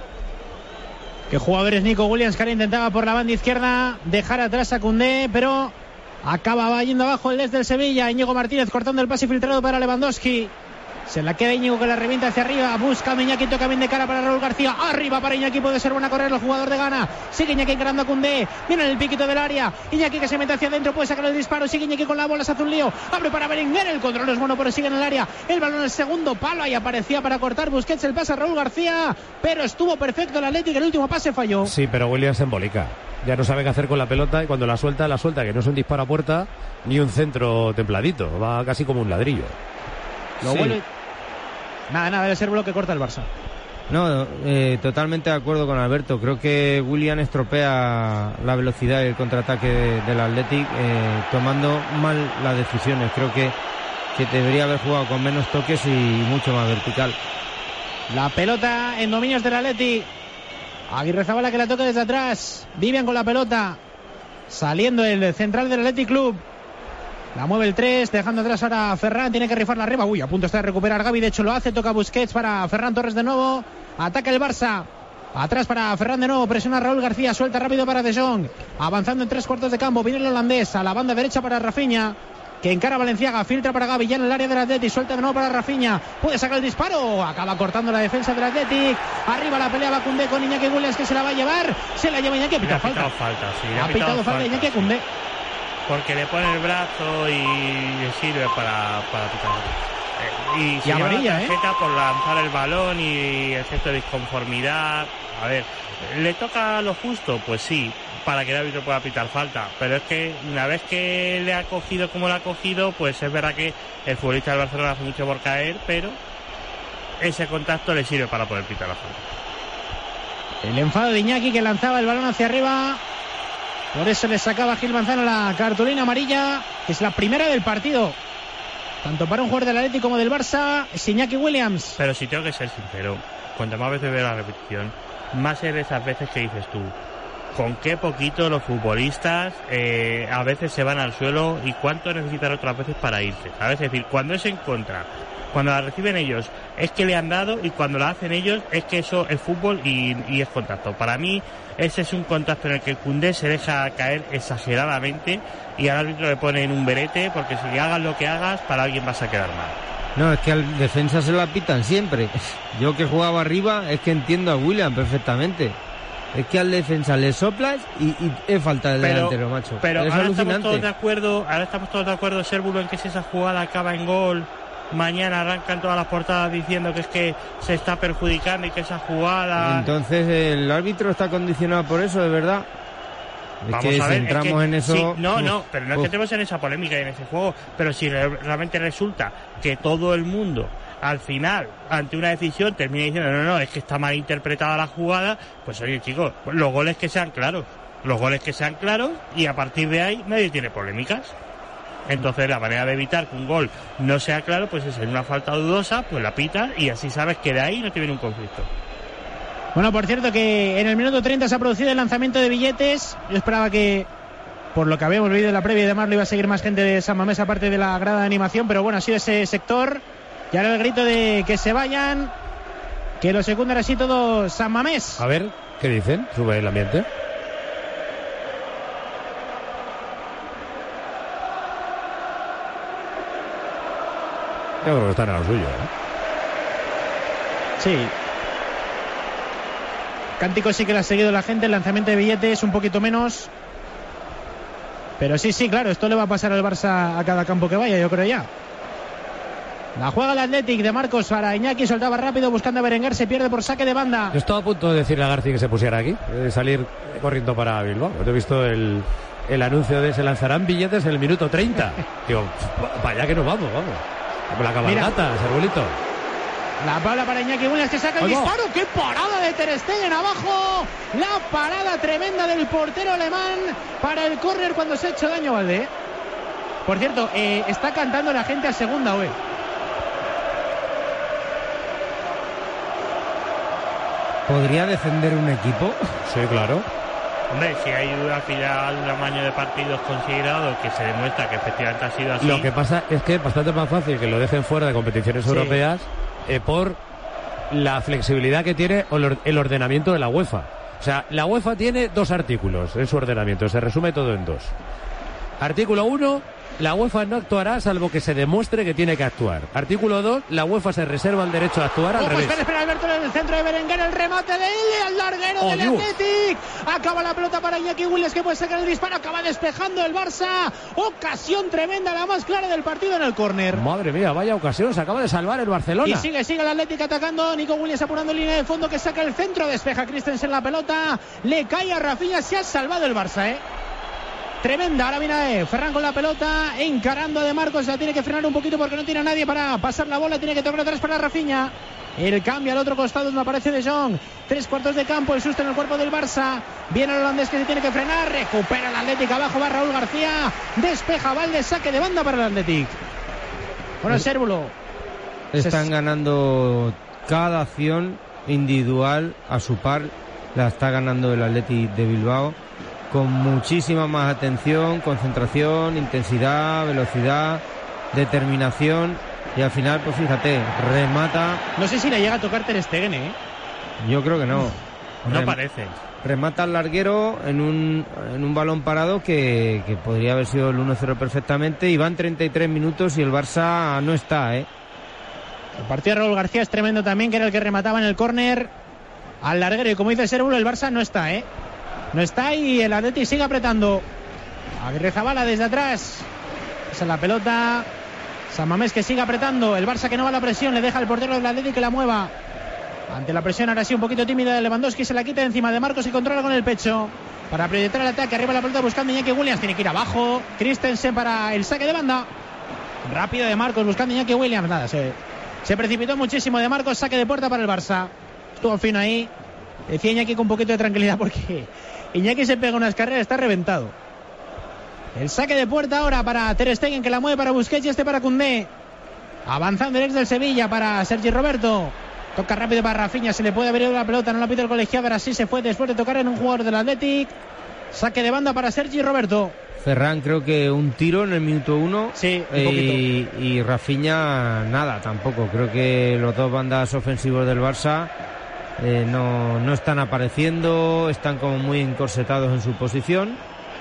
¿Qué jugadores? Nico Williams, que intentaba por la banda izquierda dejar atrás a Koundé, pero acaba yendo abajo el des del Sevilla. Íñigo Martínez cortando el pase filtrado para Lewandowski. Se la queda Íñigo que la revienta hacia arriba. Busca a Iñaki, toca bien de cara para Raúl García. Arriba para Iñaki, puede ser buena correr el jugador de Ghana. Sigue Iñaki encarando a Koundé. Viene en el piquito del área. Iñaki que se mete hacia adentro, puede sacar el disparo. Sigue Iñaki con la bola, se hace un lío. Abre para Berenguer, el control es bueno, pero sigue en el área. El balón en el segundo palo, ahí aparecía para cortar Busquets. El pase a Raúl García, pero estuvo perfecto el Atlético. El último pase falló. Sí, pero Williams se embolica. Ya no sabe qué hacer con la pelota y cuando la suelta, la suelta, que no es un disparo a puerta ni un centro templadito. Va casi como un ladrillo. Lo Sí. vuelve. Nada, nada, debe ser bloque corta el Barça. No, eh, totalmente de acuerdo con Alberto. Creo que Willian estropea la velocidad y el contraataque de, del Athletic, eh, tomando mal las decisiones. Creo que, que debería haber jugado con menos toques y mucho más vertical. La pelota en dominios del Athletic. Aguirrezabala que la toca desde atrás. Vivian con la pelota. Saliendo el central del Athletic Club. La mueve el tres, dejando atrás ahora a Ferran. Tiene que rifarla arriba. Uy, a punto está de recuperar Gavi. De hecho lo hace. Toca Busquets para Ferran Torres de nuevo. Ataca el Barça. Atrás para Ferran de nuevo. Presiona a Raúl García. Suelta rápido para De Jong. Avanzando en tres cuartos de campo. Viene el holandés. A la banda derecha para Rafinha, que encara a Valenciaga. Filtra para Gavi. Ya en el área del Athletic. Suelta de nuevo para Rafinha. Puede sacar el disparo. Acaba cortando la defensa del Athletic. Arriba la pelea va Koundé con Iñaki Williams, que se la va a llevar. Se la lleva Iñaki. Ha pitado falta. falta, sí, le Ha pitado falta Iñaki a Koundé. Porque le pone el brazo y le sirve para, para pitar. Eh, y se Y lleva amarilla, la tarjeta por lanzar el balón y el gesto de disconformidad. A ver, ¿le toca lo justo? Pues sí, para que el árbitro pueda pitar falta. Pero es que una vez que le ha cogido como le ha cogido, pues es verdad que el futbolista del Barcelona hace mucho por caer, pero ese contacto le sirve para poder pitar la falta. El enfado de Iñaki, que lanzaba el balón hacia arriba. Por eso le sacaba Gil Manzano la cartulina amarilla, que es la primera del partido, tanto para un jugador del Atlético como del Barça. Es Iñaki Williams. Pero si tengo que ser sincero, cuanto más veces veo la repetición, más es de esas veces que dices tú, con qué poquito los futbolistas eh, a veces se van al suelo y cuánto necesitan otras veces para irse, ¿sabes? Es decir, cuando es en contra, cuando la reciben ellos es que le han dado, y cuando la hacen ellos es que eso es fútbol y, y es contacto. Para mí ese es un contacto en el que el Koundé se deja caer exageradamente y al árbitro le ponen un berete, porque si hagas lo que hagas, para alguien vas a quedar mal. No, es que al defensa se la pitan siempre. Yo que jugaba arriba es que entiendo a William perfectamente. Es que al defensa le soplas y, y es falta del pero, delantero, macho. Pero es ahora alucinante. estamos todos de acuerdo, ahora estamos todos de acuerdo, Sérvulo, en que si esa jugada acaba en gol, mañana arrancan todas las portadas diciendo que es que se está perjudicando y que esa jugada... Entonces el árbitro está condicionado por eso, de verdad. Es Vamos que a ver, si entramos es que, en eso... sí, no, uf, no, pero no es uf. que entremos en esa polémica y en ese juego, pero si re- realmente resulta que todo el mundo al final, ante una decisión, termina diciendo no, no, es que está mal interpretada la jugada, pues oye, chicos, los goles que sean claros, los goles que sean claros, y a partir de ahí nadie tiene polémicas. Entonces la manera de evitar que un gol no sea claro, pues es en una falta dudosa, pues la pitas y así sabes que de ahí no te viene un conflicto. Bueno, por cierto que en el minuto treinta se ha producido el lanzamiento de billetes. Yo esperaba que, por lo que habíamos vivido en la previa y demás, lo iba a seguir más gente de San Mamés aparte de la grada de animación, pero bueno, ha sido ese sector. Y ahora el grito de que se vayan, que lo secundan así todo San Mamés. A ver, ¿qué dicen? Sube el ambiente. Yo creo que están a lo suyo, ¿eh? Sí. Cántico sí que lo ha seguido la gente, el lanzamiento de billetes un poquito menos. Pero sí, sí, claro, esto le va a pasar al Barça a cada campo que vaya, yo creo ya. La juega el Athletic de Marcos para Iñaki, soltaba rápido buscando a Berenguer, se pierde por saque de banda. Yo estaba a punto de decirle a García que se pusiera aquí, de salir corriendo para Bilbao. Yo he visto el, el anuncio de se lanzarán billetes en el minuto treinta. Digo, vaya que nos vamos, vamos. Con la cabalgata, Sergulito. La pala para Iñaki Williams, que saca el disparo. ¡Qué parada de Ter Stegen abajo! La parada tremenda del portero alemán para el córner cuando se ha hecho daño Valdé. Por cierto, eh, está cantando la gente a segunda O E. ¿Podría defender un equipo? Sí, claro. Hombre, si hay al final un amaño de partidos considerados que se demuestra que efectivamente ha sido así. Lo que pasa es que es bastante más fácil que lo dejen fuera de competiciones Sí. europeas eh, por la flexibilidad que tiene el ordenamiento de la UEFA. O sea, la UEFA tiene dos artículos en su ordenamiento, se resume todo en dos. Artículo uno, la UEFA no actuará salvo que se demuestre que tiene que actuar. Artículo dos, la UEFA se reserva el derecho a actuar al Ojo, revés. espera, espera, Alberto, en el centro de Berenguer, el remate de él, al larguero Oh, del Dios. Athletic. Acaba la pelota para Iñaki Williams, que puede sacar el disparo, acaba despejando el Barça. Ocasión tremenda, la más clara del partido en el córner. Madre mía, vaya ocasión, se acaba de salvar el Barcelona. Y sigue, sigue el Athletic atacando. Nico Williams apurando línea de fondo, que saca el centro, despeja Christensen la pelota, le cae a Rafinha, se ha salvado el Barça, eh. Tremenda, ahora viene Ferran con la pelota, encarando a De Marcos, la tiene que frenar un poquito porque no tiene a nadie para pasar la bola, tiene que tocar atrás para Rafinha. El cambio al otro costado donde aparece De Jong. Tres cuartos de campo, el susto en el cuerpo del Barça. Viene el holandés que se tiene que frenar, recupera el Athletic, abajo va Raúl García, despeja Valde, saque de banda para el Athletic. Con el Cérvulo. Están ganando cada acción individual a su par, la está ganando el Athletic de Bilbao, con muchísima más atención, concentración, intensidad, velocidad, determinación, y al final, pues fíjate, remata. No sé si le llega a tocar Ter Stegen, ¿eh? Yo creo que no. No Rem- parece. Remata al larguero en un, en un balón parado que, que podría haber sido el uno cero perfectamente, y van treinta y tres minutos y el Barça no está, ¿eh? El partido de Raúl García es tremendo también, que era el que remataba en el córner al larguero, y como dice Cérvulo, el Barça no está, ¿eh? No está, y el Athletic sigue apretando. Aguirre Zabala desde atrás. Esa es la pelota. San Mamés que sigue apretando. El Barça que no va a la presión. Le deja al portero del Athletic que la mueva. Ante la presión ahora sí un poquito tímida de Lewandowski. Se la quita encima de Marcos y controla con el pecho. Para proyectar el ataque. Arriba la pelota buscando Iñaki Williams. Tiene que ir abajo. Christensen para el saque de banda. Rápido de Marcos buscando Iñaki Williams. Nada, se, se precipitó muchísimo de Marcos. Saque de puerta para el Barça. Estuvo fino ahí. Decía Iñaki con un poquito de tranquilidad porque Iñaki se pega unas carreras, está reventado. El saque de puerta ahora para Ter Stegen, que la mueve para Busquets, y este para Koundé. Avanzando el ex del Sevilla para Sergi Roberto. Toca rápido para Rafinha, se le puede abrir la pelota, no la pide el colegiado, ahora sí se fue después de tocar en un jugador del Athletic. Saque de banda para Sergi Roberto. Ferran creo que un tiro en el minuto uno. Sí, un y, y Rafinha nada tampoco. Creo que los dos bandas ofensivos del Barça eh, no, no están apareciendo, están como muy encorsetados en su posición.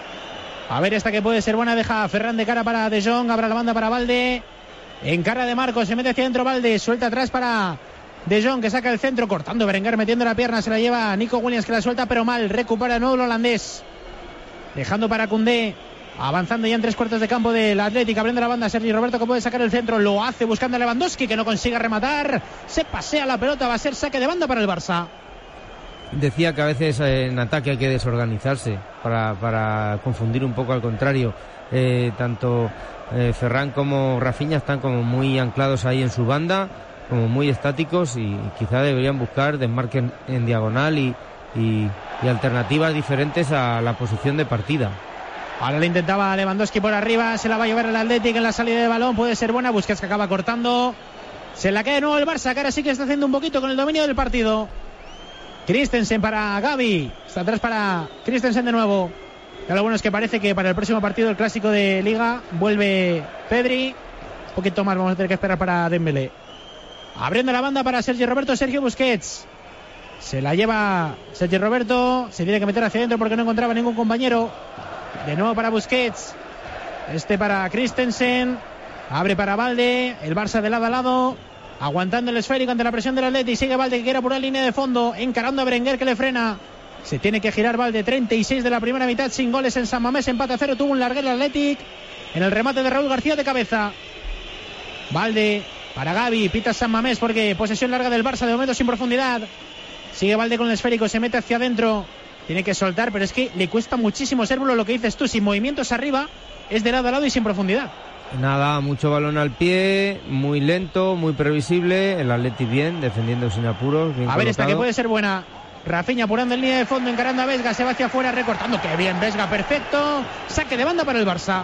A ver, esta que puede ser buena, deja a Ferran de cara para De Jong, abra la banda para Valde. Encara de Marcos, se mete hacia adentro Valde, suelta atrás para De Jong, que saca el centro, cortando Berenguer, metiendo la pierna, se la lleva Nico Williams, que la suelta pero mal, recupera de nuevo el holandés. Dejando para Koundé, avanzando ya en tres cuartos de campo del Athletic, abriendo la banda Sergi Roberto, que puede sacar el centro, lo hace buscando a Lewandowski, que no consigue rematar, se pasea la pelota, va a ser saque de banda para el Barça. Decía que a veces en ataque hay que desorganizarse para, para confundir un poco al contrario. Eh, tanto eh, Ferran como Rafinha están como muy anclados ahí en su banda, como muy estáticos, y quizá deberían buscar desmarque en, en diagonal y, y, y alternativas diferentes a la posición de partida. Ahora le intentaba Lewandowski por arriba, se la va a llevar el Athletic en la salida de balón, puede ser buena, Busquets que acaba cortando, se la cae de nuevo el Barça, que ahora sí que está haciendo un poquito con el dominio del partido. Christensen para Gavi, está atrás para Christensen de nuevo. Ya lo bueno es que parece que para el próximo partido, el clásico de Liga, vuelve Pedri. Un poquito más vamos a tener que esperar para Dembélé. Abriendo la banda para Sergi Roberto, Sergio Busquets. Se la lleva Sergi Roberto, se tiene que meter hacia adentro porque no encontraba ningún compañero. De nuevo para Busquets, este para Christensen, abre para Valde, el Barça de lado a lado, aguantando el esférico ante la presión del Atleti. Sigue Valde, que quiere apurar línea de fondo, encarando a Berenguer, que le frena. Se tiene que girar Valde, treinta y seis de la primera mitad, sin goles en San Mamés, empate a cero, tuvo un larguero el Athletic en el remate de Raúl García de cabeza. Valde para Gavi, pita San Mamés porque posesión larga del Barça, de momento sin profundidad. Sigue Valde con el esférico, se mete hacia adentro, tiene que soltar, pero es que le cuesta muchísimo, Cérvulo, lo que dices tú, sin movimientos arriba, es de lado a lado y sin profundidad. Nada, mucho balón al pie, muy lento, muy previsible, el Atleti bien, defendiendo sin apuros, bien A colocado. ver, esta que puede ser buena. Rafinha apurando en línea de fondo, encarando a Vesga, se va hacia afuera, recortando, que bien Vesga, perfecto. Saque de banda para el Barça.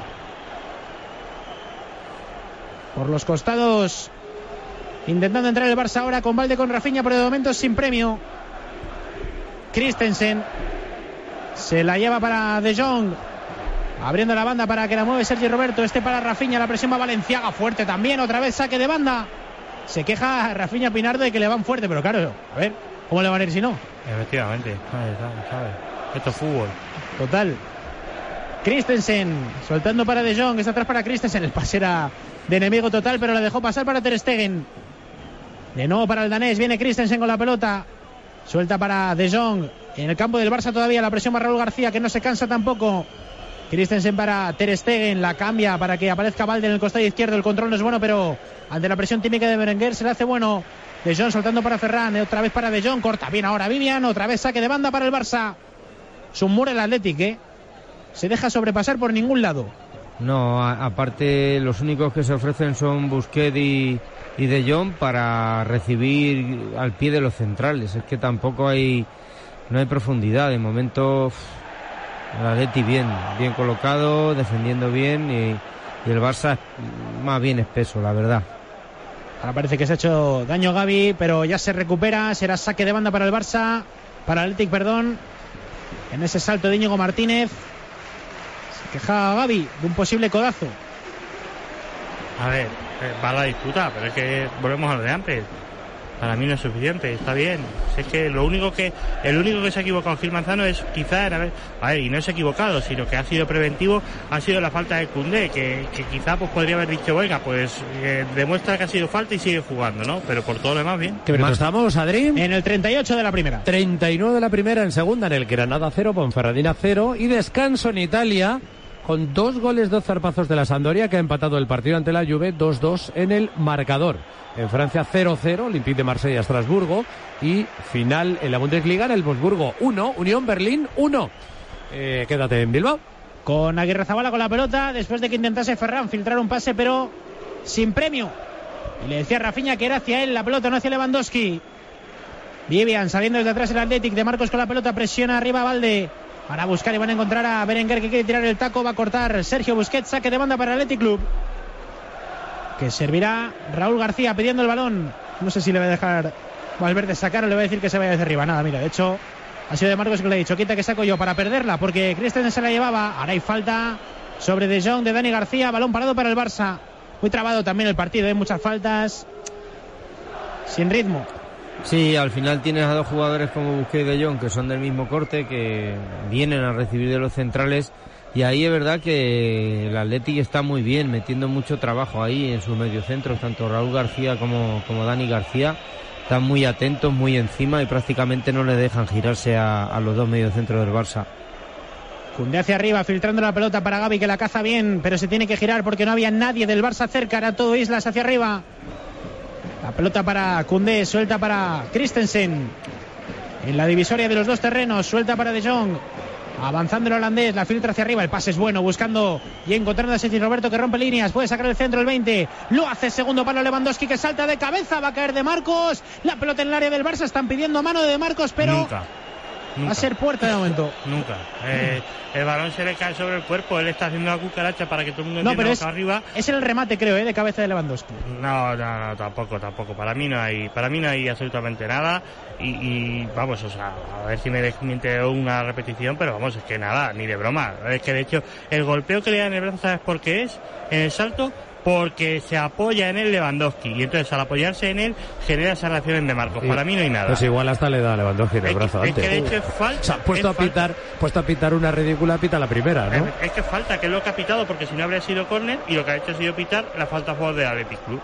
Por los costados, intentando entrar el Barça ahora con Valde, con Rafinha, pero de momento sin premio. Christensen se la lleva para De Jong, abriendo la banda para que la mueve Sergi Roberto, este para Rafinha, la presión va Valenciaga, fuerte también, otra vez saque de banda. Se queja Rafinha Pinardo de que le van fuerte, pero claro, a ver, ¿cómo le van a ir si no? Efectivamente, ahí está, ¿sabes? Esto es fútbol. Total. Christensen soltando para De Jong, está atrás para Christensen, el pase era de enemigo total, pero la dejó pasar para Ter Stegen. De nuevo para el danés, viene Christensen con la pelota, suelta para De Jong, en el campo del Barça todavía la presión para Raúl García, que no se cansa tampoco. Christensen para Ter Stegen, la cambia para que aparezca Balde en el costado izquierdo, el control no es bueno, pero ante la presión típica de Berenguer se le hace bueno. De Jong soltando para Ferran, otra vez para De Jong, corta bien ahora Vivian, otra vez saque de banda para el Barça. Es un muro el Athletic, ¿eh? Se deja sobrepasar por ningún lado. No, a, aparte los únicos que se ofrecen son Busquets y, y De Jong para recibir al pie de los centrales. Es que tampoco hay, no hay profundidad. De momento el Athletic bien, bien colocado, defendiendo bien y, y el Barça más bien espeso, la verdad. Ahora parece que se ha hecho daño Gavi, pero ya se recupera. Será saque de banda para el Barça, para el Athletic, perdón. En ese salto de Íñigo Martínez. Se queja Gavi de un posible codazo. A ver, eh, va la disputa, pero es que volvemos a lo de antes. Para mí no es suficiente, está bien. Si es que lo único que el único que se ha equivocado Gil Manzano es quizá en haber, a ver, y no se ha equivocado, sino que ha sido preventivo, ha sido la falta de Koundé, que, que quizá pues podría haber dicho, venga, pues eh, demuestra que ha sido falta y sigue jugando, ¿no? Pero por todo lo demás, bien. ¿Qué minuto estamos, Adri? En el treinta y ocho de la primera. treinta y nueve de la primera, en segunda, en el Granada cero, Ponferradina cero, y descanso en Italia, con dos goles, dos zarpazos de la Sampdoria, que ha empatado el partido ante la Juve, dos dos en el marcador. En Francia cero cero, Olympique de Marsella, Estrasburgo, y final en la Bundesliga, en el Wolfsburgo uno, Unión Berlín uno. Eh, quédate en Bilbao. Con Aguirrezabala con la pelota, después de que intentase Ferran filtrar un pase, pero sin premio. Y le decía a Rafinha que era hacia él, la pelota no hacia Lewandowski. Vivian saliendo desde atrás el Athletic, de Marcos con la pelota, presiona arriba a Balde. Para buscar y van a encontrar a Berenguer, que quiere tirar el taco, va a cortar Sergio Busquets, saque de banda para el Athletic Club, que servirá Raúl García pidiendo el balón. No sé si le va a dejar Valverde sacar o le va a decir que se vaya desde arriba. Nada, mira, de hecho ha sido de Marcos que le ha dicho, quita que saco yo para perderla, porque Christensen se la llevaba. Ahora hay falta sobre De Jong de Dani García, balón parado para el Barça. Muy trabado también el partido, hay muchas faltas, sin ritmo. Sí, al final tienes a dos jugadores como Busquets y De Jong, que son del mismo corte, que vienen a recibir de los centrales, y ahí es verdad que el Athletic está muy bien, metiendo mucho trabajo ahí en sus mediocentros, tanto Raúl García como, como Dani García, están muy atentos, muy encima, y prácticamente no le dejan girarse a, a los dos mediocentros del Barça. Koundé hacia arriba, filtrando la pelota para Gavi, que la caza bien, pero se tiene que girar porque no había nadie del Barça cerca, era todo Islas hacia arriba. La pelota para Koundé, suelta para Christensen. En la divisoria de los dos terrenos, suelta para De Jong. Avanzando el holandés, la filtra hacia arriba, el pase es bueno, buscando y encontrando a Sergi Roberto, que rompe líneas, puede sacar el centro el veinte, lo hace segundo para Lewandowski, que salta de cabeza, va a caer De Marcos, la pelota en el área del Barça, están pidiendo mano de De Marcos, pero Nunca. Nunca. Va a ser puerta de momento. Nunca. Eh, el balón se le cae sobre el cuerpo, él está haciendo la cucaracha para que todo el mundo no, entienda pero boca es, arriba. Es el remate, creo, ¿eh? De cabeza de Lewandowski. No, no, no, tampoco, tampoco. Para mí no hay, para mí no hay absolutamente nada. Y, y vamos, o sea, a ver si me desmiente una repetición, pero vamos, es que nada, ni de broma. Es que de hecho, el golpeo que le da en el brazo, ¿sabes por qué es? En el salto, porque se apoya en él Lewandowski, y entonces al apoyarse en él genera esas reacciones de Marcos. Sí. Para mí no hay nada. Pues igual hasta le da a Lewandowski en el es brazo que, antes. Es que de hecho es falta. O sea, puesto a pitar, falta. puesto a pitar una ridícula, pita la primera, ¿no? Es, es que falta, que es lo que ha pitado, porque si no habría sido córner, y lo que ha hecho ha sido pitar la falta a favor del Athletic Club.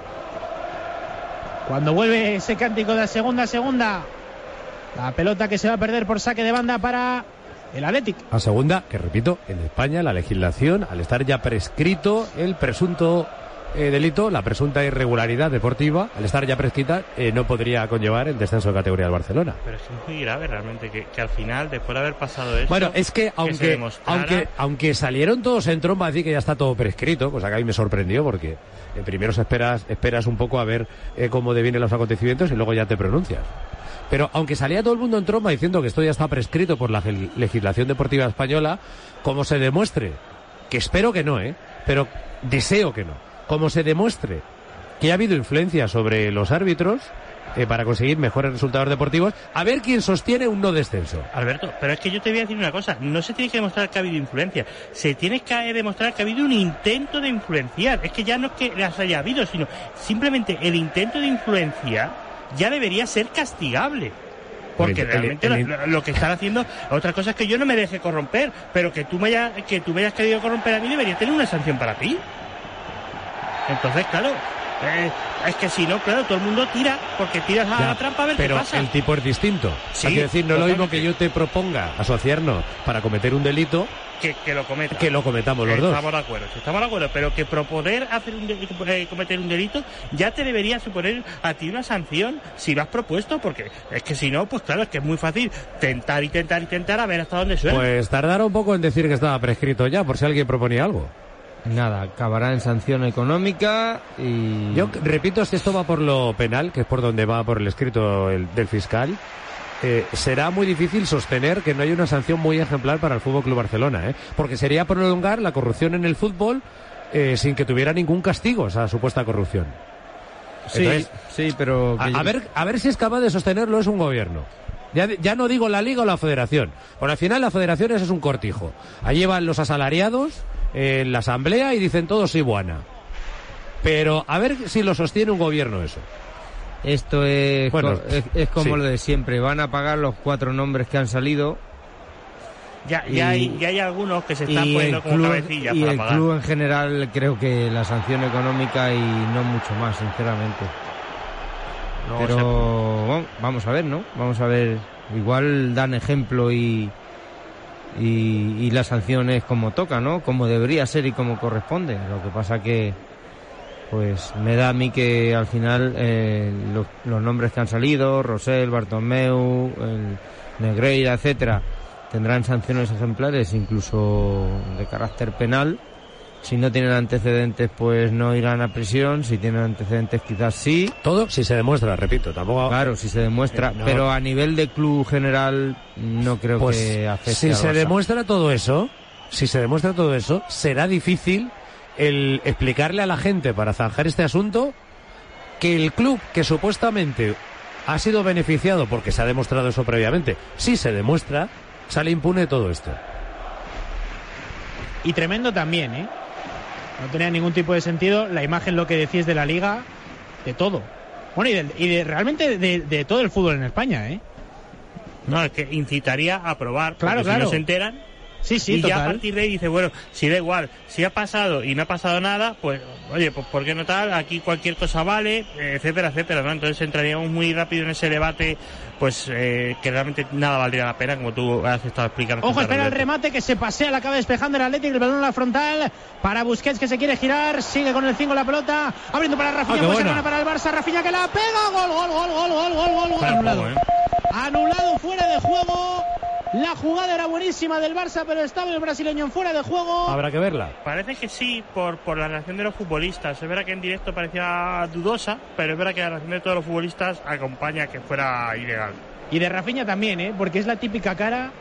Cuando vuelve ese cántico de segunda a segunda, la pelota que se va a perder por saque de banda para el Athletic. A segunda, que repito, en España la legislación, al estar ya prescrito el presunto eh, delito, la presunta irregularidad deportiva, al estar ya prescrita, eh, no podría conllevar el descenso de categoría del Barcelona. Pero es muy grave realmente que, que al final, después de haber pasado eso... Bueno, es que aunque, que demostrara... aunque, aunque salieron todos en tromba a decir que ya está todo prescrito, cosa que a mí me sorprendió, porque eh, primero esperas, esperas un poco a ver eh, cómo devienen los acontecimientos y luego ya te pronuncias. Pero aunque salía todo el mundo en tromba diciendo que esto ya está prescrito por la legislación deportiva española, como se demuestre, que espero que no, ¿eh? Pero deseo que no, como se demuestre que ha habido influencia sobre los árbitros eh, para conseguir mejores resultados deportivos, a ver quién sostiene un no descenso. Alberto, pero es que yo te voy a decir una cosa, no se tiene que demostrar que ha habido influencia, se tiene que demostrar que ha habido un intento de influenciar. Es que ya no es que las haya habido, sino simplemente el intento de influencia ya debería ser castigable. Porque el, realmente el, el, lo, lo que están haciendo, otra cosa es que yo no me deje corromper, pero que tú me hayas, que tú me hayas querido corromper a mí debería tener una sanción para ti. Entonces, claro, eh, es que si no, claro, todo el mundo tira, porque tiras a ya, la trampa a ver pero qué pasa. el tipo es distinto. Sí, hay que decir, no es lo mismo que yo te proponga asociarnos para cometer un delito que, que lo cometa. Que lo cometamos los estamos dos. Estamos de acuerdo, sí, estamos de acuerdo, pero que proponer hacer un de, eh, cometer un delito ya te debería suponer a ti una sanción si lo has propuesto, porque es que si no, pues claro, es que es muy fácil tentar y tentar y tentar a ver hasta dónde suena. Pues tardaron un poco en decir que estaba prescrito ya, por si alguien proponía algo. Nada, acabará en sanción económica y... Yo repito, si esto va por lo penal, que es por donde va por el escrito el, del fiscal, eh, será muy difícil sostener que no hay una sanción muy ejemplar para el F C Barcelona, ¿eh? Porque sería prolongar la corrupción en el fútbol eh, sin que tuviera ningún castigo esa supuesta corrupción. Sí, Entonces, sí, pero... Que... A, a, ver, a ver si es capaz de sostenerlo es un gobierno. Ya, ya no digo la Liga o la Federación. Bueno, al final la Federación eso es un cortijo. Allí van los asalariados en la asamblea y dicen todos sí, buena. Pero a ver si lo sostiene un gobierno eso. Esto es, bueno, co es, es como sí. lo de siempre. Van a pagar los cuatro nombres que han salido. Ya, y, ya, hay, ya hay algunos que se están poniendo como club, cabecillas y para el pagar. club en general creo que la sanción económica y no mucho más, sinceramente. No, Pero o sea, bueno, vamos a ver, ¿no? Vamos a ver. Igual dan ejemplo y, y, y la sanción es como toca, ¿no? Como debería ser y como corresponde. Lo que pasa que pues me da a mí que al final eh, los, los nombres que han salido, Rosell, Bartomeu, el Negreira, etcétera, tendrán sanciones ejemplares, incluso de carácter penal. Si no tienen antecedentes, pues no irán a prisión. Si tienen antecedentes, quizás sí. Todo si se demuestra, repito, tampoco... Claro, si se demuestra. Eh, no. Pero a nivel de club general, no creo pues, que afecte si al se Barça. demuestra todo eso, si se demuestra todo eso, será difícil el explicarle a la gente para zanjar este asunto que el club que supuestamente ha sido beneficiado porque se ha demostrado eso previamente, si se demuestra, sale impune todo esto. Y tremendo también, ¿eh? No tenía ningún tipo de sentido la imagen, lo que decís de la Liga, de todo. Bueno, y de, y de realmente de, de todo el fútbol en España, ¿eh? No, es que incitaría a probar, claro, porque claro. si no se enteran... Sí, sí, y total. ya a partir de ahí dice, bueno, si da igual, si ha pasado y no ha pasado nada, pues, oye, pues ¿por qué no tal? Aquí cualquier cosa vale, etcétera, etcétera, ¿no? Entonces entraríamos muy rápido en ese debate, pues, eh, que realmente nada valdría la pena, como tú has estado explicando. Ojo, espera el remate que se pasea, la acaba despejando el Atlético, el balón en la frontal, para Busquets que se quiere girar, sigue con el cinco la pelota, abriendo para Rafinha, ah, pues bueno. se gana para el Barça, Rafinha que la pega, gol, gol, gol, gol, gol, gol, gol, gol, anulado. Juego, ¿eh? Anulado, fuera de juego. La jugada era buenísima del Barça, pero estaba el brasileño en fuera de juego. Habrá que verla. Parece que sí, por, por la reacción de los futbolistas. Es verdad que en directo parecía dudosa, pero es verdad que la reacción de todos los futbolistas acompaña que fuera ilegal. Y de Rafinha también, ¿eh? Porque es la típica cara.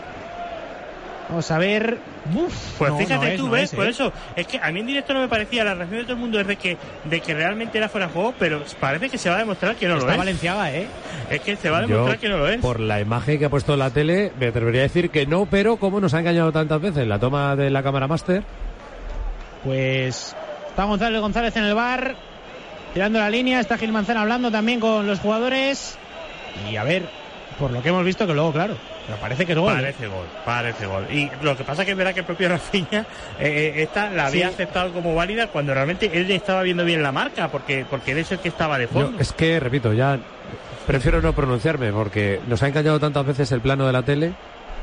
Vamos a ver. Uf, pues no, fíjate no es, tú, no ves, es, por ¿eh? eso, es que a mí en directo no me parecía, la reacción de todo el mundo es de que, de que realmente era fuera de juego, pero parece que se va a demostrar que no Está lo es. Valenciaga, ¿eh? Es que se va a demostrar Yo, que no lo es. por la imagen que ha puesto en la tele, me atrevería a decir que no, pero como nos ha engañado tantas veces la toma de la cámara máster. Pues está González González en el bar, tirando la línea, está Gil Manzana hablando también con los jugadores. Y a ver, por lo que hemos visto, que luego, claro, pero parece que es gol. Parece gol, parece gol. Y lo que pasa es que es verdad que el propio Rafinha eh, esta la había Sí. aceptado como válida cuando realmente él estaba viendo bien la marca, porque, porque él es el que estaba de fondo. Yo, es que, repito, ya prefiero no pronunciarme porque nos ha engañado tantas veces el plano de la tele.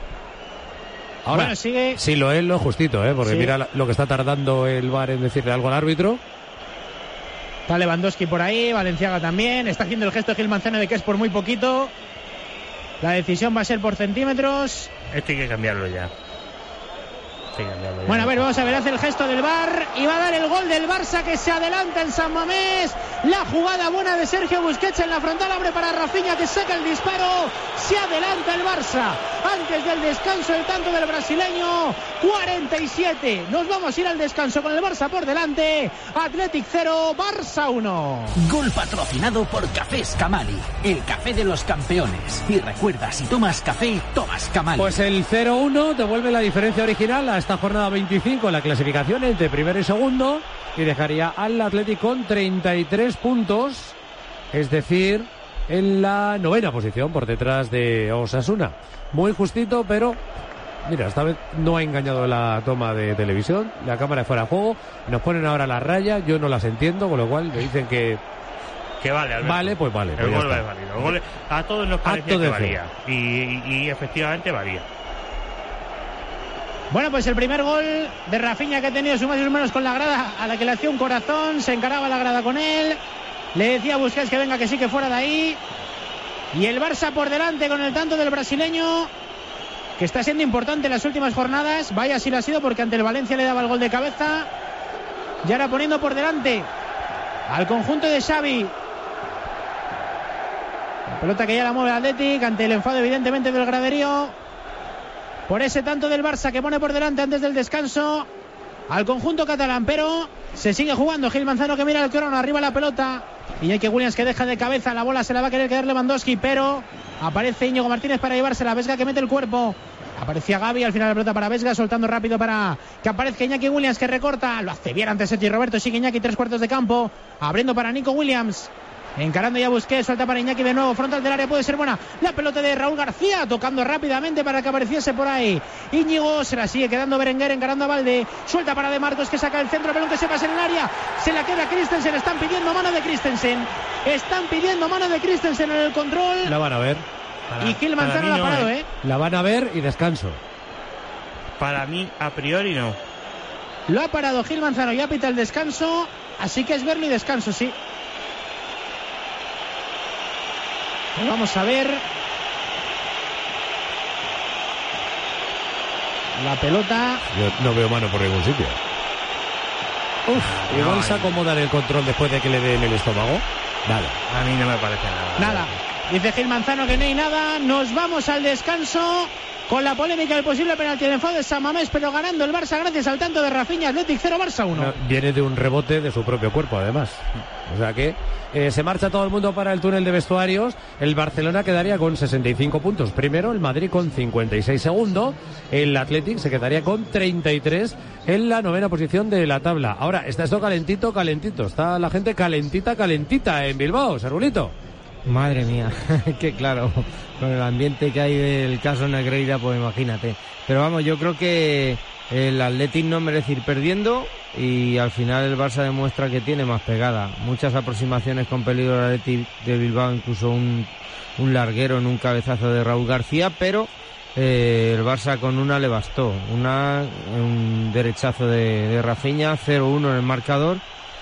Ahora, Bueno, sigue. si lo es, lo es justito, ¿eh? Porque Sí. mira la- lo que está tardando el V A R en decirle algo al árbitro. Está Lewandowski por ahí, Valenciaga también. Está haciendo el gesto Gil Manzana de que es por muy poquito. La decisión va a ser por centímetros. Este hay que cambiarlo ya. Este hay que cambiarlo ya. Bueno, a ver, vamos a ver, hace el gesto del V A R y va a dar el gol del Barça que se adelanta en San Mamés. La jugada buena de Sergio Busquets en la frontal, abre para Rafinha que saca el disparo. Se adelanta el Barça. Antes del descanso, el tanto del brasileño. cuarenta y siete. Nos vamos a ir al descanso con el Barça por delante. Athletic cero, Barça uno. Gol patrocinado por Cafés Camali, el café de los campeones. Y recuerda, si tomas café, tomas Camali. Pues el cero uno devuelve la diferencia original a esta jornada veinticinco en la clasificación entre primero y segundo y dejaría al Athletic con treinta y tres puntos, es decir, en la novena posición, por detrás de Osasuna. Muy justito, pero mira, esta vez no ha engañado la toma de televisión, la cámara de fuera de juego, nos ponen ahora la raya, yo no las entiendo, con lo cual me dicen que que vale, Alberto. Vale, pues vale. El pues gol es válido. El gol a todos nos parecía que valía. Y, y, y efectivamente valía. Bueno, pues el primer gol de Rafinha, que ha tenido su más y su menos con la grada, a la que le hacía un corazón, se encaraba la grada con él, le decía a Busquets que venga, que sí, que fuera de ahí. Y el Barça por delante con el tanto del brasileño, que está siendo importante en las últimas jornadas. Vaya si lo ha sido, porque ante el Valencia le daba el gol de cabeza. Y ahora poniendo por delante al conjunto de Xavi. La pelota que ya la mueve el Athletic, ante el enfado evidentemente del graderío, por ese tanto del Barça, que pone por delante antes del descanso al conjunto catalán. Pero se sigue jugando. Gil Manzano, que mira el crono, arriba la pelota. Iñaki Williams, que deja de cabeza, la bola se la va a querer quedar Lewandowski, pero aparece Íñigo Martínez para llevársela. Vesga, que mete el cuerpo. Aparecía Gavi, al final la pelota para Vesga, soltando rápido para que aparezca Iñaki Williams, que recorta. Lo hace bien ante Sergi Roberto. Sigue Iñaki, tres cuartos de campo, abriendo para Nico Williams. Encarando ya Busquets, suelta para Iñaki de nuevo, frontal del área, puede ser buena. La pelota de Raúl García, tocando rápidamente para que apareciese por ahí Íñigo, se la sigue quedando Berenguer, encarando a Valde, suelta para De Marcos, que saca el centro, pelón que se pasa en el área, se la queda Christensen, están pidiendo mano de Christensen, están pidiendo mano de Christensen en el control. La van a ver. Para, y Gil Manzano la ha parado, no, ¿eh? La van a ver y descanso. Para mí, a priori, no. Lo ha parado Gil Manzano y ha pitado el descanso, así que es verlo y descanso, sí. Pues vamos a ver. La pelota. Yo no veo mano por ningún sitio. Uf, igual no, se acomoda en el control después de que le den el estómago. Nada. A mí no me parece nada. Nada. Dice Gil Manzano que no hay nada. Nos vamos al descanso con la polémica del posible penalti en el enfado de San Mamés, pero ganando el Barça gracias al tanto de Rafinha. Athletic cero, Barça uno. No, viene de un rebote de su propio cuerpo, además. O sea que eh, se marcha todo el mundo para el túnel de vestuarios. El Barcelona quedaría con sesenta y cinco puntos primero, el Madrid con cincuenta y seis segundo, el Athletic se quedaría con treinta y tres en la novena posición de la tabla. Ahora, está esto calentito, calentito. Está la gente calentita, calentita en Bilbao, Sergulito. Madre mía, que claro, con el ambiente que hay del caso Negreira, pues imagínate. Pero vamos, yo creo que el Athletic no merece ir perdiendo y al final el Barça demuestra que tiene más pegada. Muchas aproximaciones con peligro del Athletic de Bilbao, incluso un, un larguero en un cabezazo de Raúl García, pero eh, el Barça con una le bastó. Una, un derechazo de, de Rafinha, cero uno en el marcador.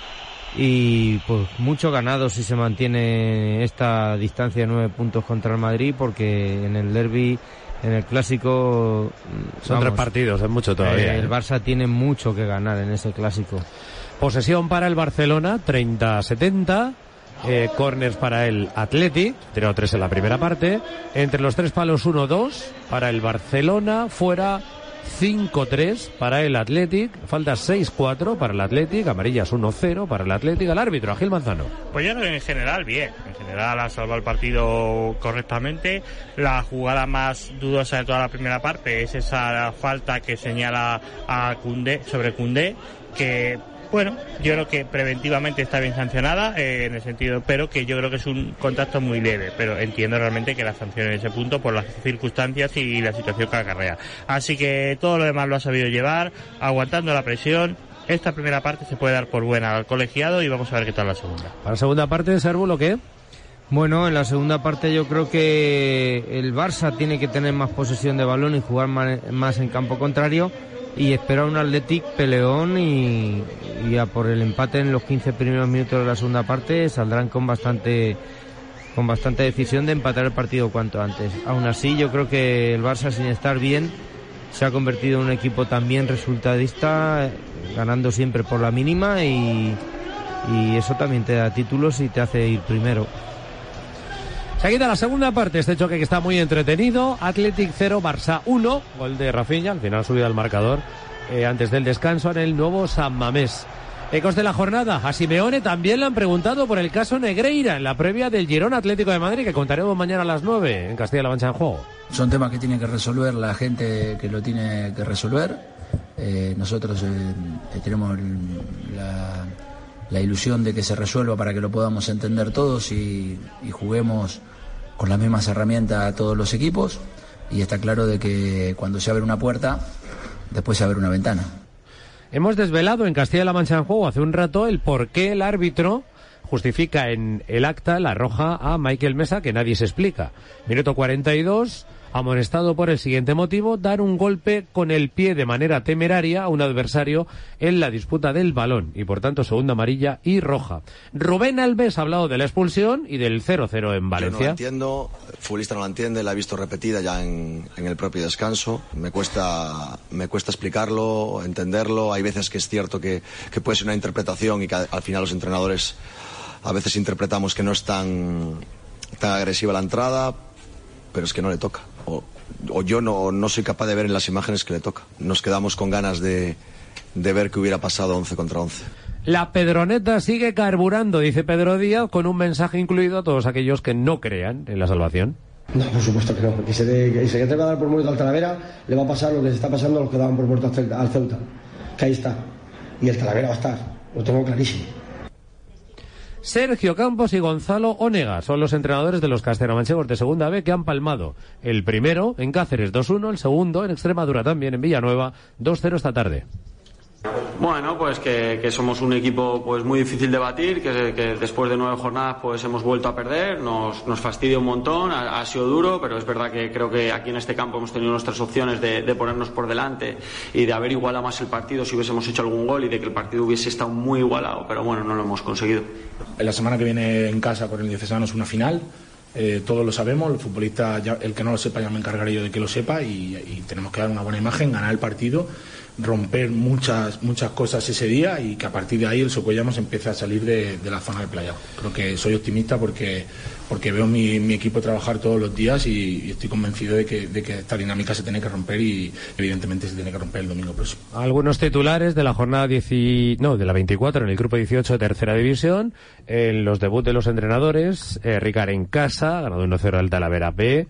Y pues mucho ganado si se mantiene esta distancia de nueve puntos contra el Madrid, porque en el derbi, en el clásico, son vamos, tres partidos, es mucho todavía. Eh, el Barça tiene mucho que ganar en ese clásico. Posesión para el Barcelona, treinta a setenta. Eh, corners para el Athletic, tirado tres en la primera parte. Entre los tres palos uno dos para el Barcelona, fuera cinco tres para el Athletic, falta seis cuatro para el Athletic, amarillas uno cero para el Athletic. Al árbitro, a Gil Manzano. Pues yo creo que en general bien, en general ha salvado el partido correctamente. La jugada más dudosa de toda la primera parte es esa falta que señala a Koundé, sobre Koundé, que bueno, yo creo que preventivamente está bien sancionada, eh, en el sentido, pero que yo creo que es un contacto muy leve, pero entiendo realmente que la sanción en ese punto por las circunstancias y la situación que acarrea. Así que todo lo demás lo ha sabido llevar, aguantando la presión. Esta primera parte se puede dar por buena al colegiado y vamos a ver qué tal la segunda. Para la segunda parte, Servo, ¿lo qué? Bueno, en la segunda parte yo creo que el Barça tiene que tener más posesión de balón y jugar más en campo contrario, y esperar un Athletic peleón y, y a por el empate en los quince primeros minutos de la segunda parte. Saldrán con bastante con bastante decisión de empatar el partido cuanto antes. Aún así, yo creo que el Barça, sin estar bien, se ha convertido en un equipo también resultadista, ganando siempre por la mínima, y, y eso también te da títulos y te hace ir primero. Seguida la segunda parte, este choque que está muy entretenido. Athletic cero, Barça uno, gol de Rafinha, al final subido al marcador eh, antes del descanso en el nuevo San Mamés. Ecos de la jornada, a Simeone también le han preguntado por el caso Negreira en la previa del Girona Atlético de Madrid, que contaremos mañana a las nueve en Castilla-La Mancha en Juego. Son temas que tiene que resolver la gente que lo tiene que resolver. Eh, nosotros eh, tenemos la, la ilusión de que se resuelva para que lo podamos entender todos y, y juguemos con las mismas herramientas a todos los equipos. Y está claro de que cuando se abre una puerta, después se abre una ventana. Hemos desvelado en Castilla-La Mancha en Juego hace un rato el por qué el árbitro justifica en el acta la roja a Michael Mesa, que nadie se explica. Minuto cuarenta y dos, amonestado por el siguiente motivo: dar un golpe con el pie de manera temeraria a un adversario en la disputa del balón, y por tanto segunda amarilla y roja. Rubén Alves ha hablado de la expulsión y del cero cero en Valencia. Yo no lo entiendo, el futbolista no la entiende, la he visto repetida ya en, en el propio descanso. Me cuesta, me cuesta explicarlo, entenderlo. Hay veces que es cierto que, que puede ser una interpretación y que al final los entrenadores a veces interpretamos que no es tan, tan agresiva la entrada, pero es que no le toca. O, o yo no, no soy capaz de ver en las imágenes que le toca. Nos quedamos con ganas de, de ver qué hubiera pasado once contra once. La Pedroneta sigue carburando, dice Pedro Díaz, con un mensaje incluido a todos aquellos que no crean en la salvación. No, por supuesto que no, porque se de, se te va a dar por muerto al Talavera, le va a pasar lo que se está pasando a los que daban por muerto al Ceuta, que ahí está, y el Talavera va a estar, lo tengo clarísimo. Sergio Campos y Gonzalo Onega son los entrenadores de los castelamanchegos de Segunda B que han palmado. El primero en Cáceres dos uno, el segundo en Extremadura también en Villanueva dos cero esta tarde. Bueno, pues que, que somos un equipo pues muy difícil de batir, que, que después de nueve jornadas pues hemos vuelto a perder, nos, nos fastidia un montón, ha, ha sido duro, pero es verdad que creo que aquí en este campo hemos tenido nuestras opciones de, de ponernos por delante y de haber igualado más el partido si hubiésemos hecho algún gol y de que el partido hubiese estado muy igualado, pero bueno, no lo hemos conseguido. En la semana que viene en casa con el Diocesano es una final. Eh, todos lo sabemos, el futbolista, ya, el que no lo sepa ya me encargaré yo de que lo sepa y, y tenemos que dar una buena imagen, ganar el partido, romper muchas muchas cosas ese día y que a partir de ahí el Socuellamos empiece a salir de, de la zona de playa. Creo que soy optimista porque porque veo mi, mi equipo trabajar todos los días y, y estoy convencido de que, de que esta dinámica se tiene que romper y evidentemente se tiene que romper el domingo próximo. Algunos titulares de la jornada diez, no, de la veinticuatro en el grupo dieciocho de tercera división, en los debuts de los entrenadores: eh, Ricard en casa, ganado uno cero al Talavera B.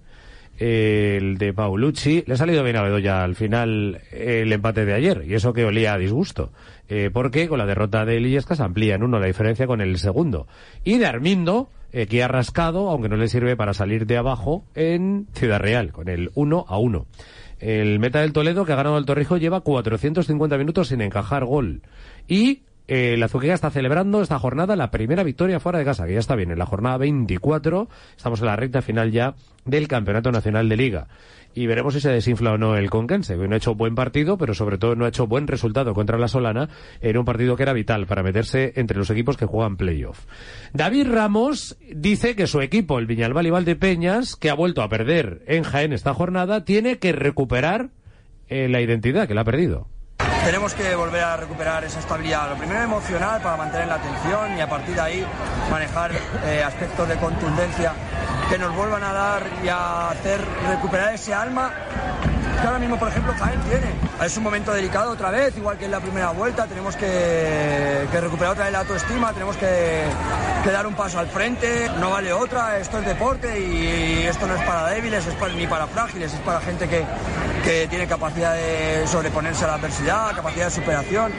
El de Paulucci, le ha salido bien a Bedoya al final el empate de ayer, y eso que olía a disgusto, eh, porque con la derrota de Illescas amplía en uno la diferencia con el segundo. Y de Armindo, eh, que ha rascado, aunque no le sirve para salir de abajo, en Ciudad Real, con el uno a uno. El meta del Toledo, que ha ganado el Torrijos, lleva cuatrocientos cincuenta minutos sin encajar gol. Y Eh, la Azuqueca está celebrando esta jornada la primera victoria fuera de casa, que ya está bien, en la jornada veinticuatro, estamos en la recta final ya del Campeonato Nacional de Liga. Y veremos si se desinfla o no el Conquense, que no ha hecho buen partido, pero sobre todo no ha hecho buen resultado contra la Solana, en un partido que era vital para meterse entre los equipos que juegan playoff. David Ramos dice que su equipo, el Viñalbal y Valdepeñas, que ha vuelto a perder en Jaén esta jornada, tiene que recuperar eh, la identidad que la ha perdido. Tenemos que volver a recuperar esa estabilidad, lo primero emocional para mantener la atención y a partir de ahí manejar eh, aspectos de contundencia que nos vuelvan a dar y a hacer recuperar ese alma que ahora mismo, por ejemplo, Jaén tiene. Es un momento delicado otra vez, igual que en la primera vuelta, tenemos que, que recuperar otra vez la autoestima, tenemos que, que dar un paso al frente, no vale otra, esto es deporte y esto no es para débiles, es para, ni para frágiles, es para gente que, que tiene capacidad de sobreponerse a la adversidad, capacidad de superación.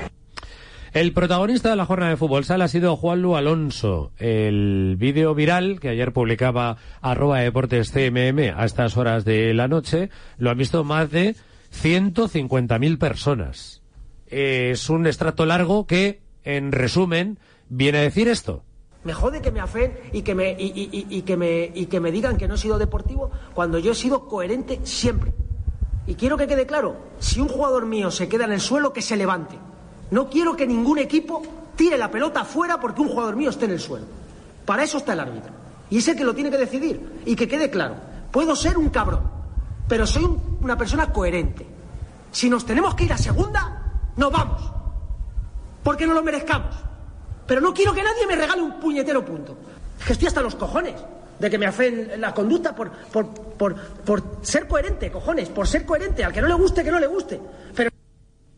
El protagonista de la jornada de fútbol sala ha sido Juanlu Alonso. El vídeo viral que ayer publicaba arroba deportes C M M a estas horas de la noche lo han visto más de ciento cincuenta mil personas. Es un extracto largo que, en resumen, viene a decir esto. Me jode que me afeen y que me, y, y, y, y que me, y que me digan que no he sido deportivo cuando yo he sido coherente siempre. Y quiero que quede claro, si un jugador mío se queda en el suelo, que se levante. No quiero que ningún equipo tire la pelota fuera porque un jugador mío esté en el suelo. Para eso está el árbitro. Y es el que lo tiene que decidir. Y que quede claro. Puedo ser un cabrón, pero soy un, una persona coherente. Si nos tenemos que ir a segunda, nos vamos. Porque no lo merezcamos. Pero no quiero que nadie me regale un puñetero punto. Es que estoy hasta los cojones de que me afeen la conducta por, por, por, por ser coherente, cojones. Por ser coherente. Al que no le guste, que no le guste. Pero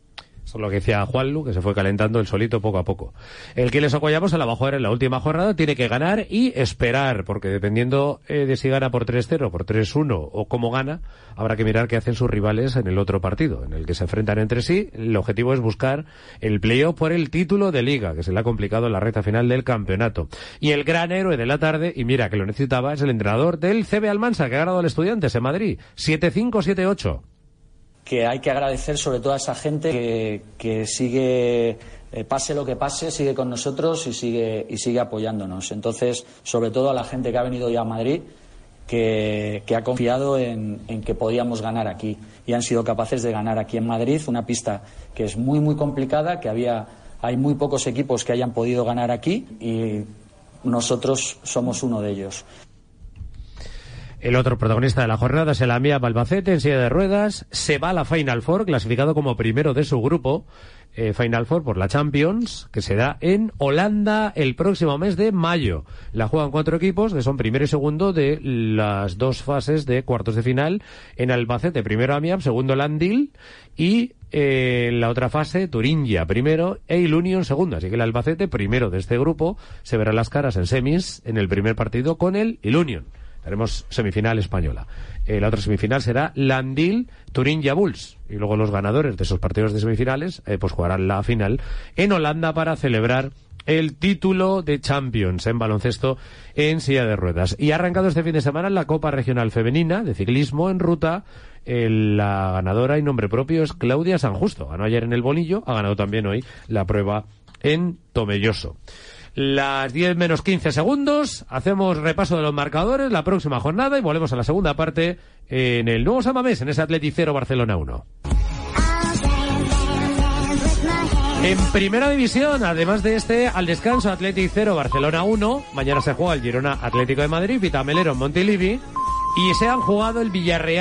Eso es lo que decía Juanlu, que se fue calentando el solito poco a poco. El que les apoyamos a la Bajoera en la última jornada tiene que ganar y esperar, porque dependiendo eh, de si gana por tres cero, por tres uno o cómo gana, habrá que mirar qué hacen sus rivales en el otro partido, en el que se enfrentan entre sí. El objetivo es buscar el playoff por el título de Liga, que se le ha complicado en la recta final del campeonato. Y el gran héroe de la tarde, y mira que lo necesitaba, es el entrenador del C B Almansa, que ha ganado al Estudiantes en Madrid, siete cinco, siete ocho. Que hay que agradecer sobre todo a esa gente que, que sigue, eh, pase lo que pase, sigue con nosotros y sigue, y sigue apoyándonos. Entonces, sobre todo a la gente que ha venido ya a Madrid, que, que ha confiado en, en que podíamos ganar aquí. Y han sido capaces de ganar aquí en Madrid, una pista que es muy, muy complicada, que había, hay muy pocos equipos que hayan podido ganar aquí y nosotros somos uno de ellos. El otro protagonista de la jornada es el Amiab Albacete en silla de ruedas. Se va a la Final Four, clasificado como primero de su grupo. Eh, Final Four por la Champions, que será en Holanda el próximo mes de mayo. La juegan cuatro equipos, que son primero y segundo de las dos fases de cuartos de final. En Albacete, primero Amiab, segundo Landil. Y eh, en la otra fase, Turingia primero e Ilunion segundo. Así que el Albacete, primero de este grupo, se verá las caras en semis en el primer partido con el Ilunion. Tenemos semifinal española. Eh, la otra semifinal será Landil Turingia Bulls. Y luego los ganadores de esos partidos de semifinales eh, pues jugarán la final en Holanda para celebrar el título de Champions en baloncesto en silla de ruedas. Y ha arrancado este fin de semana la Copa Regional Femenina de Ciclismo en ruta. Eh, la ganadora y nombre propio es Claudia San Justo. Ganó ayer en el Bonillo, ha ganado también hoy la prueba en Tomelloso. Las diez menos quince segundos, hacemos repaso de los marcadores, la próxima jornada y volvemos a la segunda parte en el nuevo San Mamés, en ese Athletic cero Barcelona uno. En primera división, además de este, al descanso Athletic cero Barcelona uno, mañana se juega el Girona Atlético de Madrid, Vitamelero en Montilivi y se han jugado el Villarreal